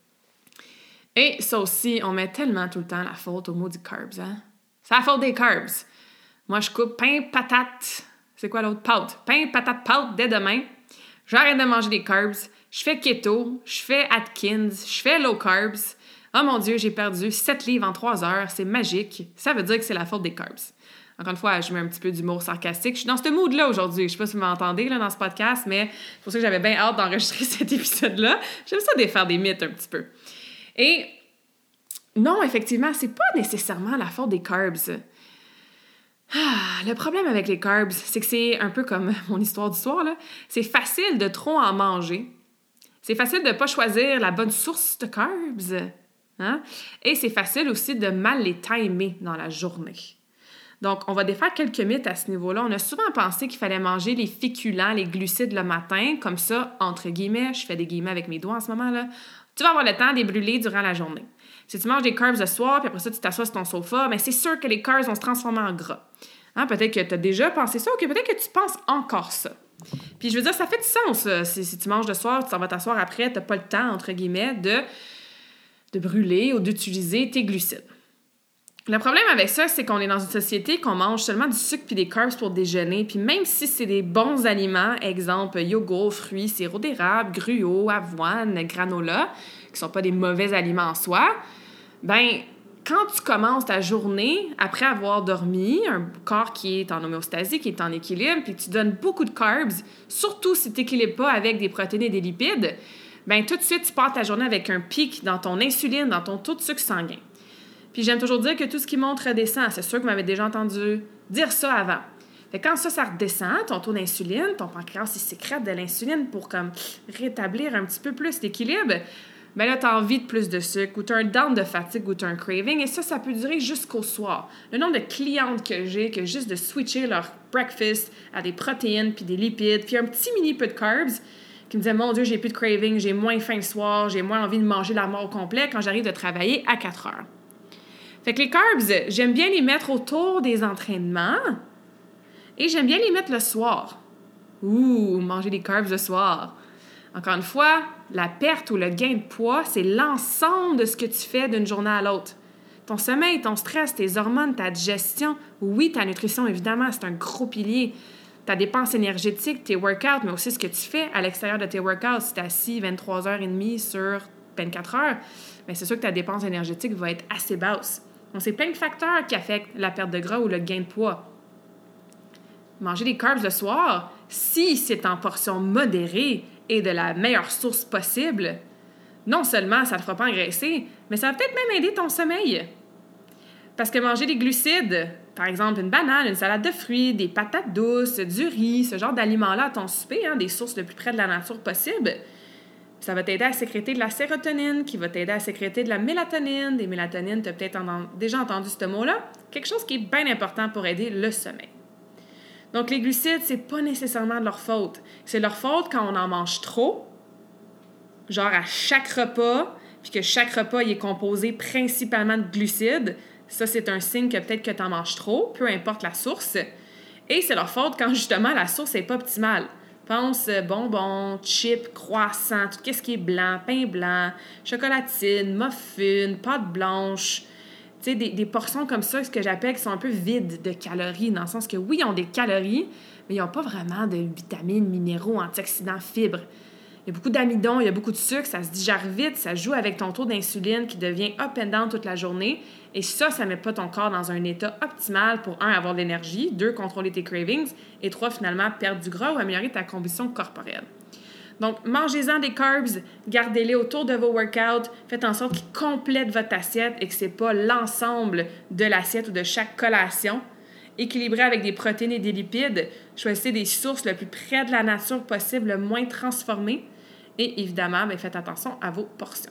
Et ça aussi, on met tellement tout le temps la faute au mot du carbs. Hein? C'est la faute des carbs. Moi, je coupe pain, patate. C'est quoi l'autre? Pâte. Pain, patate, pâte dès demain. J'arrête de manger des carbs. Je fais keto. Je fais Atkins. Je fais low carbs. « Oh mon Dieu, j'ai perdu sept livres en trois heures, c'est magique. » Ça veut dire que c'est la faute des carbs. Encore une fois, je mets un petit peu d'humour sarcastique. Je suis dans ce mood-là aujourd'hui. Je sais pas si vous m'entendez là, dans ce podcast, mais c'est pour ça que j'avais bien hâte d'enregistrer cet épisode-là. J'aime ça défaire des mythes un petit peu. Et non, effectivement, c'est pas nécessairement la faute des carbs. Ah, le problème avec les carbs, c'est que c'est un peu comme mon histoire du soir, là. C'est facile de trop en manger. C'est facile de pas choisir la bonne source de carbs. Hein? Et c'est facile aussi de mal les timer dans la journée. Donc, on va défaire quelques mythes à ce niveau-là. On a souvent pensé qu'il fallait manger les féculents, les glucides le matin, comme ça, entre guillemets, je fais des guillemets avec mes doigts en ce moment-là, tu vas avoir le temps de les brûler durant la journée. Si tu manges des carbs le soir, puis après ça, tu t'assois sur ton sofa, bien, c'est sûr que les carbs vont se transformer en gras. Hein? Peut-être que tu as déjà pensé ça ou que peut-être que tu penses encore ça. Puis je veux dire, ça fait du sens. Si, si tu manges le soir, tu t'en vas t'asseoir après, tu n'as pas le temps, entre guillemets, de, de brûler ou d'utiliser tes glucides. Le problème avec ça, c'est qu'on est dans une société qu'on mange seulement du sucre puis des carbs pour déjeuner. Puis même si c'est des bons aliments, exemple yogourt, fruits, sirop d'érable, gruau, avoine, granola, qui sont pas des mauvais aliments en soi, ben quand tu commences ta journée après avoir dormi, un corps qui est en homéostasie, qui est en équilibre, puis tu donnes beaucoup de carbs, surtout si tu n'équilibres pas avec des protéines et des lipides, ben tout de suite, tu pars ta journée avec un pic dans ton insuline, dans ton taux de sucre sanguin. Puis j'aime toujours dire que tout ce qui monte redescend. C'est sûr que vous m'avez déjà entendu dire ça avant. Fait que quand ça, ça redescend, ton taux d'insuline, ton pancréas, il sécrète de l'insuline pour comme rétablir un petit peu plus l'équilibre. Bien là, tu as envie de plus de sucre, ou tu as un down de fatigue, ou tu as un craving, et ça, ça peut durer jusqu'au soir. Le nombre de clientes que j'ai, que juste de switcher leur breakfast à des protéines, puis des lipides, puis un petit mini peu de carbs, qui me disaient « Mon Dieu, j'ai plus de craving, j'ai moins faim le soir, j'ai moins envie de manger la mort au complet quand j'arrive de travailler à quatre heures. » Fait que les carbs, j'aime bien les mettre autour des entraînements et j'aime bien les mettre le soir. Ouh, manger des carbs le soir. Encore une fois, la perte ou le gain de poids, c'est l'ensemble de ce que tu fais d'une journée à l'autre. Ton sommeil, ton stress, tes hormones, ta digestion, oui, ta nutrition, évidemment, c'est un gros pilier. Ta dépense énergétique, tes workouts, mais aussi ce que tu fais à l'extérieur de tes workouts. Si tu es assis vingt-trois heures trente sur vingt-quatre heures, bien, c'est sûr que ta dépense énergétique va être assez basse. Donc, c'est plein de facteurs qui affectent la perte de gras ou le gain de poids. Manger des carbs le soir, si c'est en portions modérées et de la meilleure source possible, non seulement ça ne te fera pas engraisser, mais ça va peut-être même aider ton sommeil. Parce que manger des glucides, par exemple une banane, une salade de fruits, des patates douces, du riz, ce genre d'aliments-là à ton souper, hein, des sources le plus près de la nature possible, ça va t'aider à sécréter de la sérotonine, qui va t'aider à sécréter de la mélatonine. Des mélatonines, tu as peut-être en, déjà entendu ce mot-là. Quelque chose qui est bien important pour aider le sommeil. Donc, les glucides, c'est pas nécessairement de leur faute. C'est leur faute quand on en mange trop, genre à chaque repas, puis que chaque repas il est composé principalement de glucides. Ça, c'est un signe que peut-être que tu en manges trop, peu importe la source. Et c'est leur faute quand, justement, la source n'est pas optimale. Pense bonbons, chips, croissants, tout ce qui est blanc, pain blanc, chocolatine, muffins, pâte blanche. Tu sais, des, des portions comme ça, ce que j'appelle qui sont un peu vides de calories, dans le sens que oui, ils ont des calories, mais ils n'ont pas vraiment de vitamines, minéraux, antioxydants, fibres. Il y a beaucoup d'amidon, il y a beaucoup de sucre, ça se digère vite, ça joue avec ton taux d'insuline qui devient up and down toute la journée. Et ça, ça ne met pas ton corps dans un état optimal pour, un, avoir de l'énergie, deux, contrôler tes cravings, et trois, finalement, perdre du gras ou améliorer ta combustion corporelle. Donc, mangez-en des carbs, gardez-les autour de vos workouts, faites en sorte qu'ils complètent votre assiette et que ce n'est pas l'ensemble de l'assiette ou de chaque collation. Équilibrez avec des protéines et des lipides, choisissez des sources le plus près de la nature possible, le moins transformées. Et évidemment, bien, faites attention à vos portions.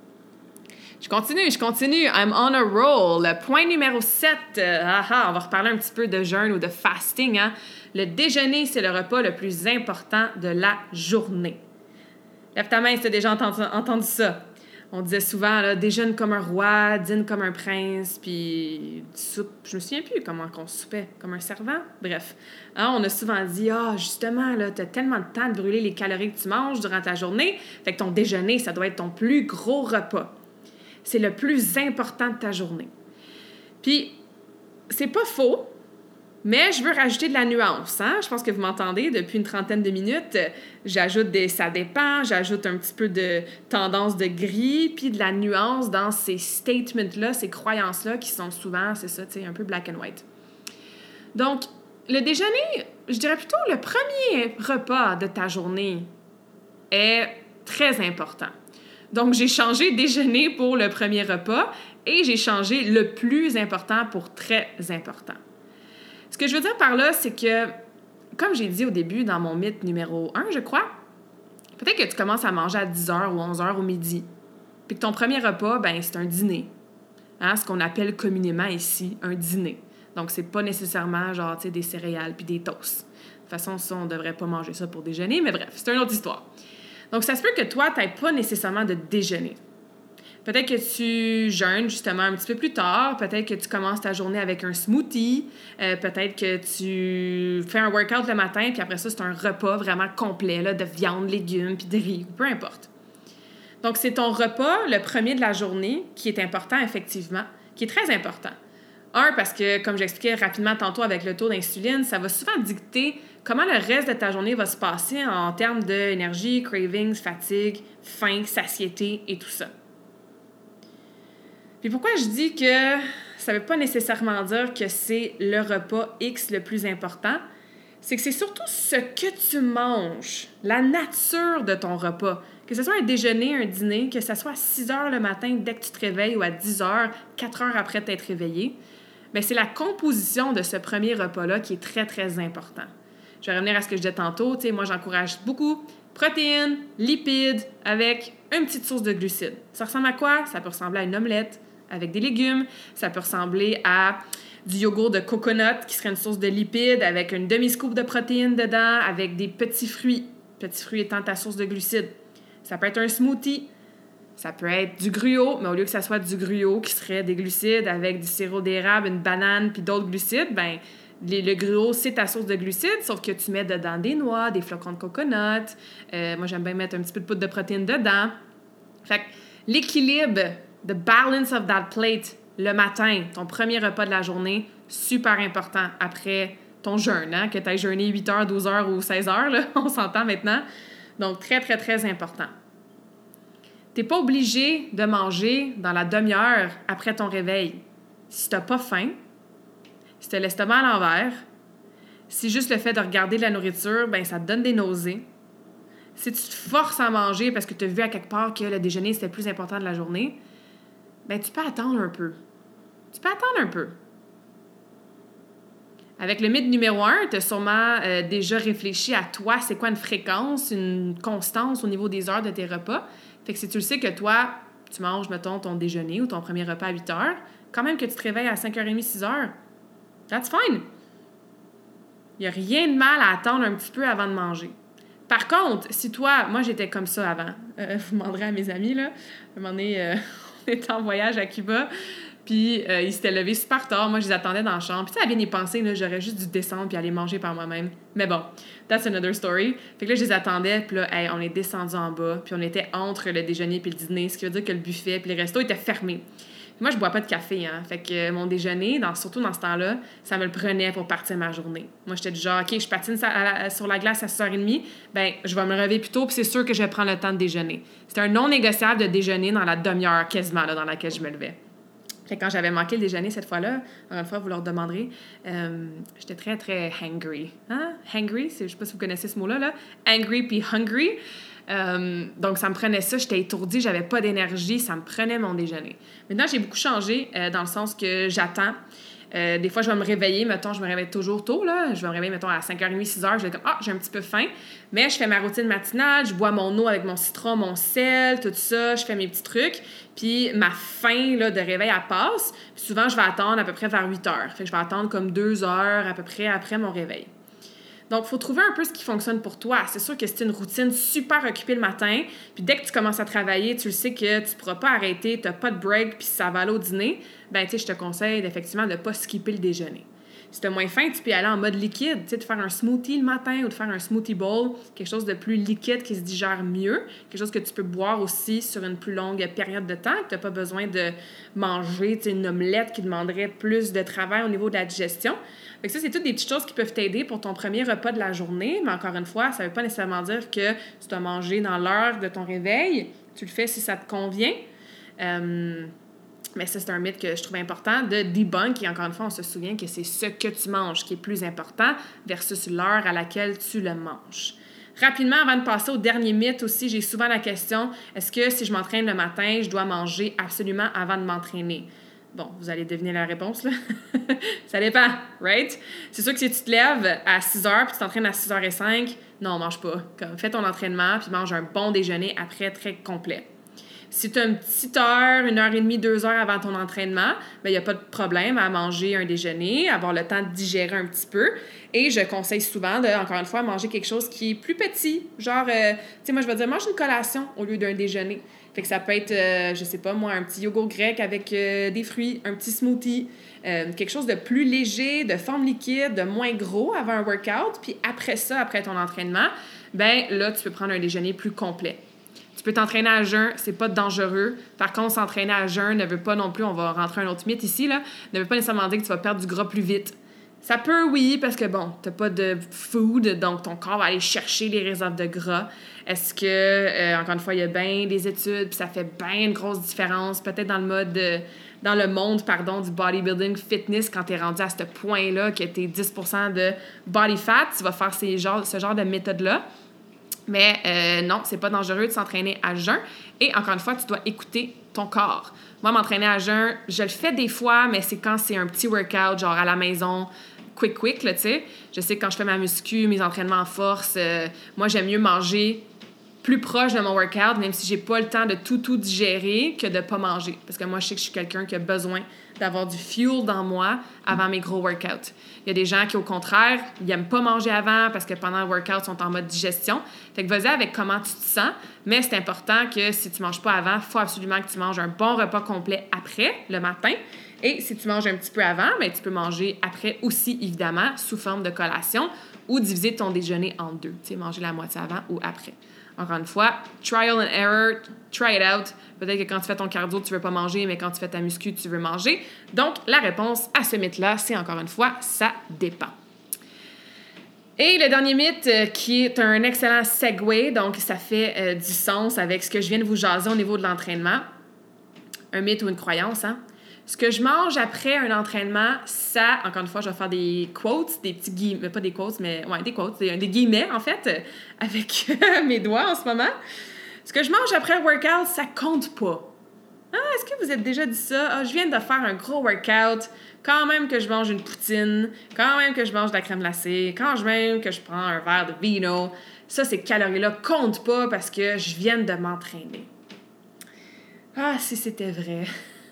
Je continue, je continue. I'm on a roll. Point numéro sept. Euh, ah, ah, on va reparler un petit peu de jeûne ou de fasting. Hein? Le déjeuner, c'est le repas le plus important de la journée. Lève ta main si tu as déjà entendu, entendu ça. On disait souvent, là, déjeune comme un roi, dîne comme un prince, puis soupe. Je me souviens plus comment on soupait, comme un servant. Bref, hein, on a souvent dit, ah, justement, là, tu as tellement de temps de brûler les calories que tu manges durant ta journée, fait que ton déjeuner, ça doit être ton plus gros repas. C'est le plus important de ta journée. Puis, c'est pas faux, Mais je veux rajouter de la nuance, hein? Je pense que vous m'entendez depuis une trentaine de minutes. J'ajoute des « ça dépend », j'ajoute un petit peu de tendance de gris, puis de la nuance dans ces statements-là, ces croyances-là qui sont souvent, c'est ça, tu sais, un peu black and white. Donc, le déjeuner, je dirais plutôt le premier repas de ta journée est très important. Donc, j'ai changé déjeuner pour le premier repas et j'ai changé le plus important pour très important. Ce que je veux dire par là, c'est que, comme j'ai dit au début dans mon mythe numéro un, je crois, peut-être que tu commences à manger à dix heures ou onze heures au midi, puis que ton premier repas, ben c'est un dîner. Hein, ce qu'on appelle communément ici un dîner. Donc, c'est pas nécessairement genre, tu sais, des céréales puis des toasts. De toute façon, ça, on devrait pas manger ça pour déjeuner, mais bref, c'est une autre histoire. Donc, ça se peut que toi, tu n'aies pas nécessairement de déjeuner. Peut-être que tu jeûnes justement un petit peu plus tard. Peut-être que tu commences ta journée avec un smoothie. Euh, peut-être que tu fais un workout le matin, puis après ça, c'est un repas vraiment complet là, de viande, légumes, puis de riz, peu importe. Donc, c'est ton repas, le premier de la journée, qui est important, effectivement, qui est très important. Un, parce que, comme j'expliquais rapidement tantôt avec le taux d'insuline, ça va souvent dicter comment le reste de ta journée va se passer en termes d'énergie, cravings, fatigue, faim, satiété et tout ça. Puis pourquoi je dis que ça ne veut pas nécessairement dire que c'est le repas X le plus important, c'est que c'est surtout ce que tu manges, la nature de ton repas. Que ce soit un déjeuner, un dîner, que ce soit à six heures le matin dès que tu te réveilles ou à dix heures, quatre heures après t'être réveillé, bien, c'est la composition de ce premier repas-là qui est très, très important. Je vais revenir à ce que je disais tantôt. Tu sais, moi, j'encourage beaucoup protéines, lipides, avec une petite source de glucides. Ça ressemble à quoi? Ça peut ressembler à une omelette avec des légumes. Ça peut ressembler à du yogourt de coconut qui serait une source de lipides avec une demi-scoop de protéines dedans, avec des petits fruits. Petits fruits étant ta source de glucides. Ça peut être un smoothie. Ça peut être du gruau, mais au lieu que ça soit du gruau qui serait des glucides avec du sirop d'érable, une banane puis d'autres glucides, ben les, le gruau, c'est ta source de glucides, sauf que tu mets dedans des noix, des flocons de coconut. Euh, moi, j'aime bien mettre un petit peu de poudre de protéines dedans. Fait que l'équilibre, the balance of that plate, le matin, ton premier repas de la journée, super important après ton jeûne, hein, que tu aies jeûné huit heures, douze heures ou seize heures, là, on s'entend maintenant. Donc, très, très, très important. Tu n'es pas obligé de manger dans la demi-heure après ton réveil. Si tu n'as pas faim, si tu as l'estomac à l'envers, si juste le fait de regarder la nourriture, ben ça te donne des nausées. Si tu te forces à manger parce que tu as vu à quelque part que le déjeuner, c'était le plus important de la journée, ben tu peux attendre un peu. Tu peux attendre un peu. Avec le mythe numéro un, tu as sûrement euh, déjà réfléchi à toi, c'est quoi une fréquence, une constance au niveau des heures de tes repas. Fait que si tu le sais que toi, tu manges, mettons, ton déjeuner ou ton premier repas à huit heures, quand même que tu te réveilles à cinq heures trente, six heures, that's fine. Il n'y a rien de mal à attendre un petit peu avant de manger. Par contre, si toi, moi j'étais comme ça avant, euh, vous demanderez à mes amis, là, à un moment donné, euh, on était en voyage à Cuba, puis euh, ils s'étaient levés super tard, moi je les attendais dans la chambre, puis tu sais, à bien y penser, là, j'aurais juste dû descendre puis aller manger par moi-même. Mais bon, that's another story. Fait que là, je les attendais, puis là, hey, on est descendu en bas, puis on était entre le déjeuner puis le dîner, ce qui veut dire que le buffet puis les restos étaient fermés. Moi, je bois pas de café, hein. Fait que mon déjeuner, dans, surtout dans ce temps-là, ça me le prenait pour partir ma journée. Moi, j'étais du genre, OK, je patine sur la glace à six heures trente, ben je vais me lever plus tôt, puis c'est sûr que je vais prendre le temps de déjeuner. C'était un non négociable de déjeuner dans la demi-heure quasiment là, dans laquelle je me levais. Fait que quand j'avais manqué le déjeuner cette fois-là, encore une fois, vous leur demanderez, euh, j'étais très, très hangry. Hein? Hangry, c'est, je sais pas si vous connaissez ce mot-là, là. Angry puis hungry. Euh, donc, ça me prenait ça. J'étais étourdie, j'avais pas d'énergie. Ça me prenait mon déjeuner. Maintenant, j'ai beaucoup changé euh, dans le sens que j'attends. Euh, des fois, je vais me réveiller. Mettons, je me réveille toujours tôt, là. Je vais me réveiller, mettons, à cinq heures trente, six heures. Je vais comme, ah, j'ai un petit peu faim. Mais je fais ma routine matinale. Je bois mon eau avec mon citron, mon sel, tout ça. Je fais mes petits trucs. Puis ma faim là, de réveil, elle passe. Puis souvent, je vais attendre à peu près vers huit heures. Fait que je vais attendre comme deux heures à peu près après mon réveil. Donc, il faut trouver un peu ce qui fonctionne pour toi. C'est sûr que c'est une routine super occupée le matin, puis dès que tu commences à travailler, tu le sais que tu ne pourras pas arrêter, tu n'as pas de break, puis ça va aller au dîner, bien, tu sais, je te conseille effectivement de ne pas skipper le déjeuner. Si tu as moins faim, tu peux y aller en mode liquide, tu sais, de faire un smoothie le matin ou de faire un smoothie bowl, quelque chose de plus liquide qui se digère mieux, quelque chose que tu peux boire aussi sur une plus longue période de temps, que tu n'as pas besoin de manger, tu sais, une omelette qui demanderait plus de travail au niveau de la digestion. Fait que ça, c'est toutes des petites choses qui peuvent t'aider pour ton premier repas de la journée, mais encore une fois, ça ne veut pas nécessairement dire que tu dois manger dans l'heure de ton réveil. Tu le fais si ça te convient. Euh, mais ça, c'est un mythe que je trouve important de debunk. Et encore une fois, on se souvient que c'est ce que tu manges qui est plus important versus l'heure à laquelle tu le manges. Rapidement, avant de passer au dernier mythe aussi, j'ai souvent la question, est-ce que si je m'entraîne le matin, je dois manger absolument avant de m'entraîner? Bon, vous allez deviner la réponse, là. Ça dépend, right? C'est sûr que si tu te lèves à six heures puis tu t'entraînes à six heures cinq, non, mange pas. Comme, fais ton entraînement puis mange un bon déjeuner après très complet. Si tu as une petite heure, une heure et demie, deux heures avant ton entraînement, bien, il n'y a pas de problème à manger un déjeuner, avoir le temps de digérer un petit peu. Et je conseille souvent de, encore une fois, manger quelque chose qui est plus petit. Genre, euh, tu sais, moi, je vais dire, mange une collation au lieu d'un déjeuner. Fait que ça peut être, euh, je sais pas moi, un petit yogourt grec avec euh, des fruits, un petit smoothie, euh, quelque chose de plus léger, de forme liquide, de moins gros avant un workout. Puis après ça, après ton entraînement, ben là, tu peux prendre un déjeuner plus complet. Tu peux t'entraîner à jeun, c'est pas dangereux. Par contre, s'entraîner à jeun ne veut pas non plus, on va rentrer un autre mythe ici, là, ne veut pas nécessairement dire que tu vas perdre du gras plus vite. Ça peut, oui, parce que bon, t'as pas de food, donc ton corps va aller chercher les réserves de gras. Est-ce que, euh, encore une fois, il y a bien des études, puis ça fait bien une grosse différence, peut-être dans le mode, de, dans le monde, pardon, du bodybuilding fitness, quand t'es rendu à ce point-là, que t'es dix pour cent de body fat, tu vas faire ces genres, ce genre de méthode-là. Mais euh, non, c'est pas dangereux de s'entraîner à jeun. Et encore une fois, tu dois écouter ton corps. Moi, m'entraîner à jeun, je le fais des fois, mais c'est quand c'est un petit workout, genre à la maison, quick, quick, là, tu sais. Je sais que quand je fais ma muscu, mes entraînements en force, euh, moi, j'aime mieux manger plus proche de mon workout, même si j'ai pas le temps de tout, tout digérer, que de pas manger. Parce que moi, je sais que je suis quelqu'un qui a besoin d'avoir du fuel dans moi avant mes gros workouts. Il y a des gens qui, au contraire, ils n'aiment pas manger avant parce que pendant le workout, ils sont en mode digestion. Fait que vas-y avec comment tu te sens, mais c'est important que si tu manges pas avant, il faut absolument que tu manges un bon repas complet après, le matin. Et si tu manges un petit peu avant, bien, tu peux manger après aussi, évidemment, sous forme de collation ou diviser ton déjeuner en deux. Tu sais, manger la moitié avant ou après. Encore une fois, trial and error, try it out. Peut-être que quand tu fais ton cardio, tu veux pas manger, mais quand tu fais ta muscu, tu veux manger. Donc, la réponse à ce mythe-là, c'est encore une fois, ça dépend. Et le dernier mythe, euh, qui est un excellent segue, donc ça fait euh, du sens avec ce que je viens de vous jaser au niveau de l'entraînement. Un mythe ou une croyance, hein? Ce que je mange après un entraînement, ça, encore une fois, je vais faire des quotes, des petits guillemets, pas des quotes, mais ouais, des quotes, des, des guillemets, en fait, avec mes doigts en ce moment. Ce que je mange après un workout, ça compte pas. Ah, est-ce que vous êtes déjà dit ça? Ah, je viens de faire un gros workout, quand même que je mange une poutine, quand même que je mange de la crème glacée, quand même que je prends un verre de vino. Ça, ces calories-là comptent pas parce que je viens de m'entraîner. Ah, si c'était vrai.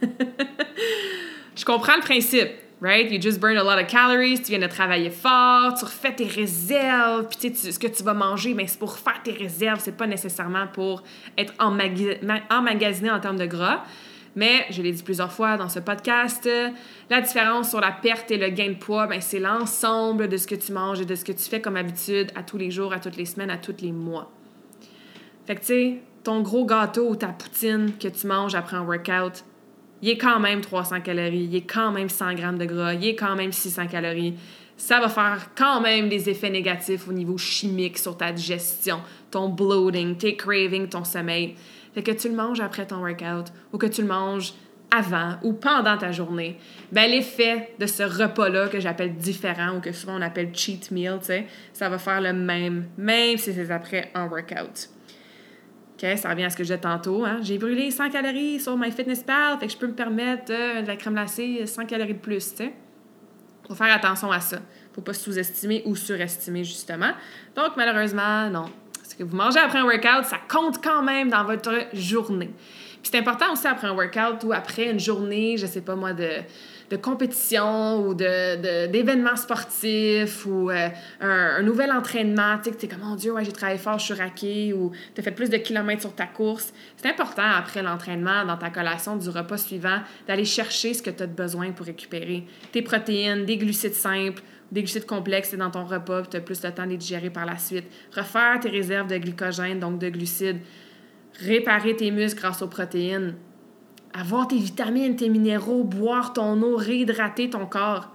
Je comprends le principe, right? You just burn a lot of calories, tu viens de travailler fort, tu refais tes réserves, puis tu sais, ce que tu vas manger, mais c'est pour faire tes réserves, c'est pas nécessairement pour être emmaga- emmagasiné en termes de gras. Mais, je l'ai dit plusieurs fois dans ce podcast, la différence sur la perte et le gain de poids, ben, c'est l'ensemble de ce que tu manges et de ce que tu fais comme habitude à tous les jours, à toutes les semaines, à tous les mois. Fait que, tu sais, ton gros gâteau ou ta poutine que tu manges après un workout, il est quand même trois cents calories, il est quand même cent grammes de gras, il est quand même six cents calories. Ça va faire quand même des effets négatifs au niveau chimique sur ta digestion, ton bloating, tes cravings, ton sommeil. Fait que tu le manges après ton workout ou que tu le manges avant ou pendant ta journée, ben l'effet de ce repas-là que j'appelle différent ou que souvent on appelle cheat meal, tu sais, ça va faire le même, même si c'est après un workout. OK, ça revient à ce que je disais tantôt. Hein? J'ai brûlé cent calories sur MyFitnessPal, fait que je peux me permettre euh, de la crème glacée, cent calories de plus, tu sais. Faut faire attention à ça. Faut pas sous-estimer ou surestimer, justement. Donc, malheureusement, non. Ce que vous mangez après un workout, ça compte quand même dans votre journée. Puis c'est important aussi après un workout ou après une journée, je sais pas moi, de, de compétition ou de, de, d'événements sportifs ou euh, un, un nouvel entraînement, tu sais, que t'es comme, mon Dieu, ouais, j'ai travaillé fort, je suis raquée, ou t'as fait plus de kilomètres sur ta course, c'est important, après l'entraînement, dans ta collation du repas suivant, d'aller chercher ce que tu as besoin pour récupérer. Tes protéines, des glucides simples, des glucides complexes dans ton repas, puis tu as plus de temps de les digérer par la suite. Refaire tes réserves de glycogène, donc de glucides. Réparer tes muscles grâce aux protéines. Avoir tes vitamines, tes minéraux, boire ton eau, réhydrater ton corps.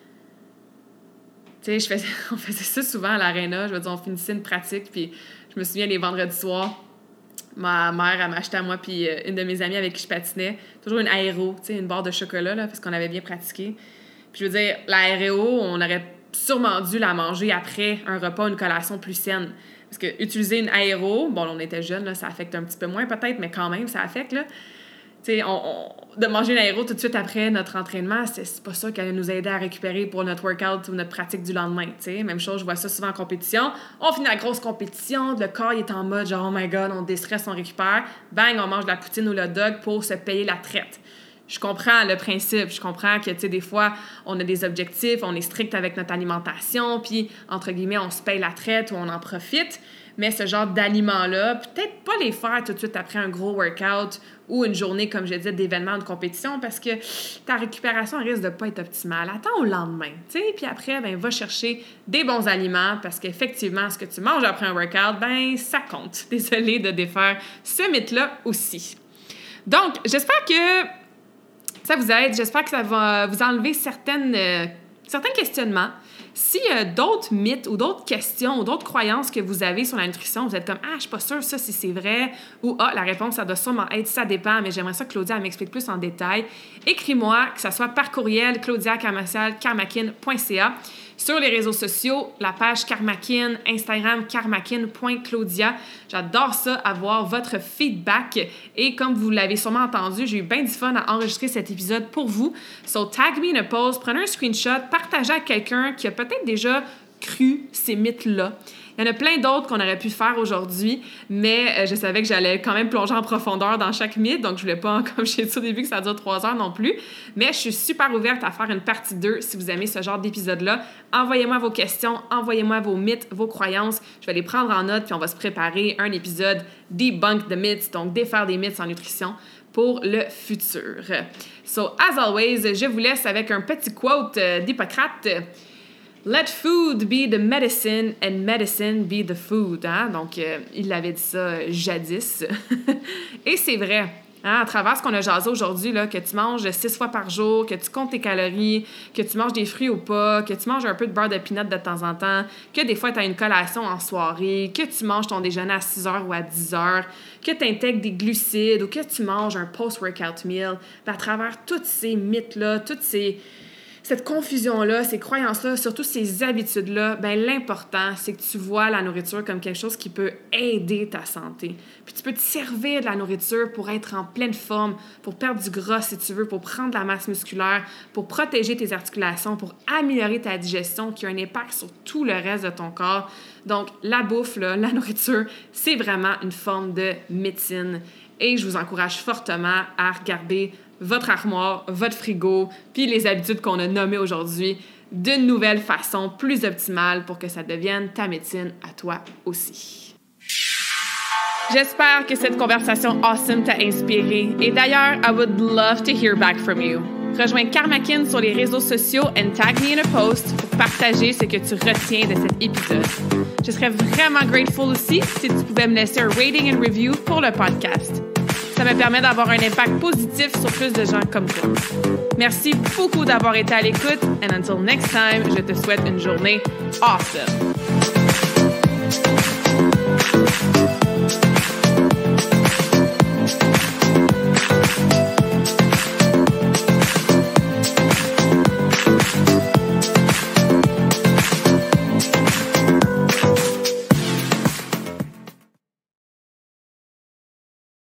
Tu sais, je faisais, on faisait ça souvent à l'aréna. Je veux dire, on finissait une pratique, puis je me souviens, les vendredis soirs, ma mère, elle m'achetait à moi puis une de mes amies avec qui je patinais, toujours une aéro, tu sais, une barre de chocolat, là, parce qu'on avait bien pratiqué. Puis je veux dire, la aéro, on aurait sûrement dû la manger après un repas, une collation plus saine. Parce que utiliser une aéro, bon, on était jeunes, là, ça affecte un petit peu moins peut-être, mais quand même, ça affecte, là. Tu sais, on, on, de manger une aéro tout de suite après notre entraînement, c'est, c'est pas ça qui allait nous aider à récupérer pour notre workout ou notre pratique du lendemain, tu sais. Même chose, je vois ça souvent en compétition. On finit la grosse compétition, le corps il est en mode genre, oh my God, on déstresse, on récupère. Bang, on mange de la poutine ou le dog pour se payer la traite. Je comprends le principe, je comprends que, tu sais, des fois, on a des objectifs, on est strict avec notre alimentation, puis, entre guillemets, on se paye la traite ou on en profite. Mais ce genre d'aliments-là, peut-être pas les faire tout de suite après un gros workout ou une journée, comme je disais, d'événement de compétition, parce que ta récupération risque de pas être optimale. Attends au lendemain, tu sais, puis après, ben va chercher des bons aliments, parce qu'effectivement, ce que tu manges après un workout, ben ça compte. Désolée de défaire ce mythe-là aussi. Donc, j'espère que ça vous aide. J'espère que ça va vous enlever certaines, euh, certains questionnements. S'il y a d'autres mythes ou d'autres questions ou d'autres croyances que vous avez sur la nutrition, vous êtes comme « Ah, je suis pas sûre ça si c'est vrai » ou « Ah, la réponse, ça doit sûrement être « Ça dépend, mais j'aimerais ça que Claudia m'explique plus en détail », écris-moi, que ce soit par courriel claudia commercial karmakin point c a, sur les réseaux sociaux, la page Karmakin, Instagram karmakin point claudia. J'adore ça, avoir votre feedback. Et comme vous l'avez sûrement entendu, j'ai eu bien du fun à enregistrer cet épisode pour vous. So, tag me in a post, prenez un screenshot, partagez avec quelqu'un qui a peut-être déjà cru ces mythes-là. Il y en a plein d'autres qu'on aurait pu faire aujourd'hui, mais euh, je savais que j'allais quand même plonger en profondeur dans chaque mythe, donc je voulais pas, comme j'ai dit au début, que ça dure trois heures non plus. Mais je suis super ouverte à faire une partie deux si vous aimez ce genre d'épisode-là. Envoyez-moi vos questions, envoyez-moi vos mythes, vos croyances. Je vais les prendre en note, puis on va se préparer un épisode Debunk the Myths, donc défaire des mythes en nutrition pour le futur. So, as always, je vous laisse avec un petit quote euh, d'Hippocrate. Let food be the medicine and medicine be the food. Hein? Donc, euh, il avait dit ça euh, jadis. Et c'est vrai. Hein? À travers ce qu'on a jasé aujourd'hui, là, que tu manges six fois par jour, que tu comptes tes calories, que tu manges des fruits ou pas, que tu manges un peu de beurre de peanut de temps en temps, que des fois tu as une collation en soirée, que tu manges ton déjeuner à six heures ou à dix heures, que tu intègres des glucides ou que tu manges un post-workout meal. À travers tous ces mythes-là, toutes ces... cette confusion-là, ces croyances-là, surtout ces habitudes-là, ben l'important, c'est que tu vois la nourriture comme quelque chose qui peut aider ta santé. Puis tu peux te servir de la nourriture pour être en pleine forme, pour perdre du gras si tu veux, pour prendre de la masse musculaire, pour protéger tes articulations, pour améliorer ta digestion qui a un impact sur tout le reste de ton corps. Donc, la bouffe, là, la nourriture, c'est vraiment une forme de médecine. Et je vous encourage fortement à regarder votre armoire, votre frigo, puis les habitudes qu'on a nommées aujourd'hui d'une nouvelle façon plus optimale pour que ça devienne ta médecine à toi aussi. J'espère que cette conversation awesome t'a inspiré. Et d'ailleurs, I would love to hear back from you. Rejoins Karmakin sur les réseaux sociaux and tag me in a post pour partager ce que tu retiens de cet épisode. Je serais vraiment grateful aussi si tu pouvais me laisser un rating and review pour le podcast. Ça me permet d'avoir un impact positif sur plus de gens comme toi. Merci beaucoup d'avoir été à l'écoute and until next time, je te souhaite une journée awesome.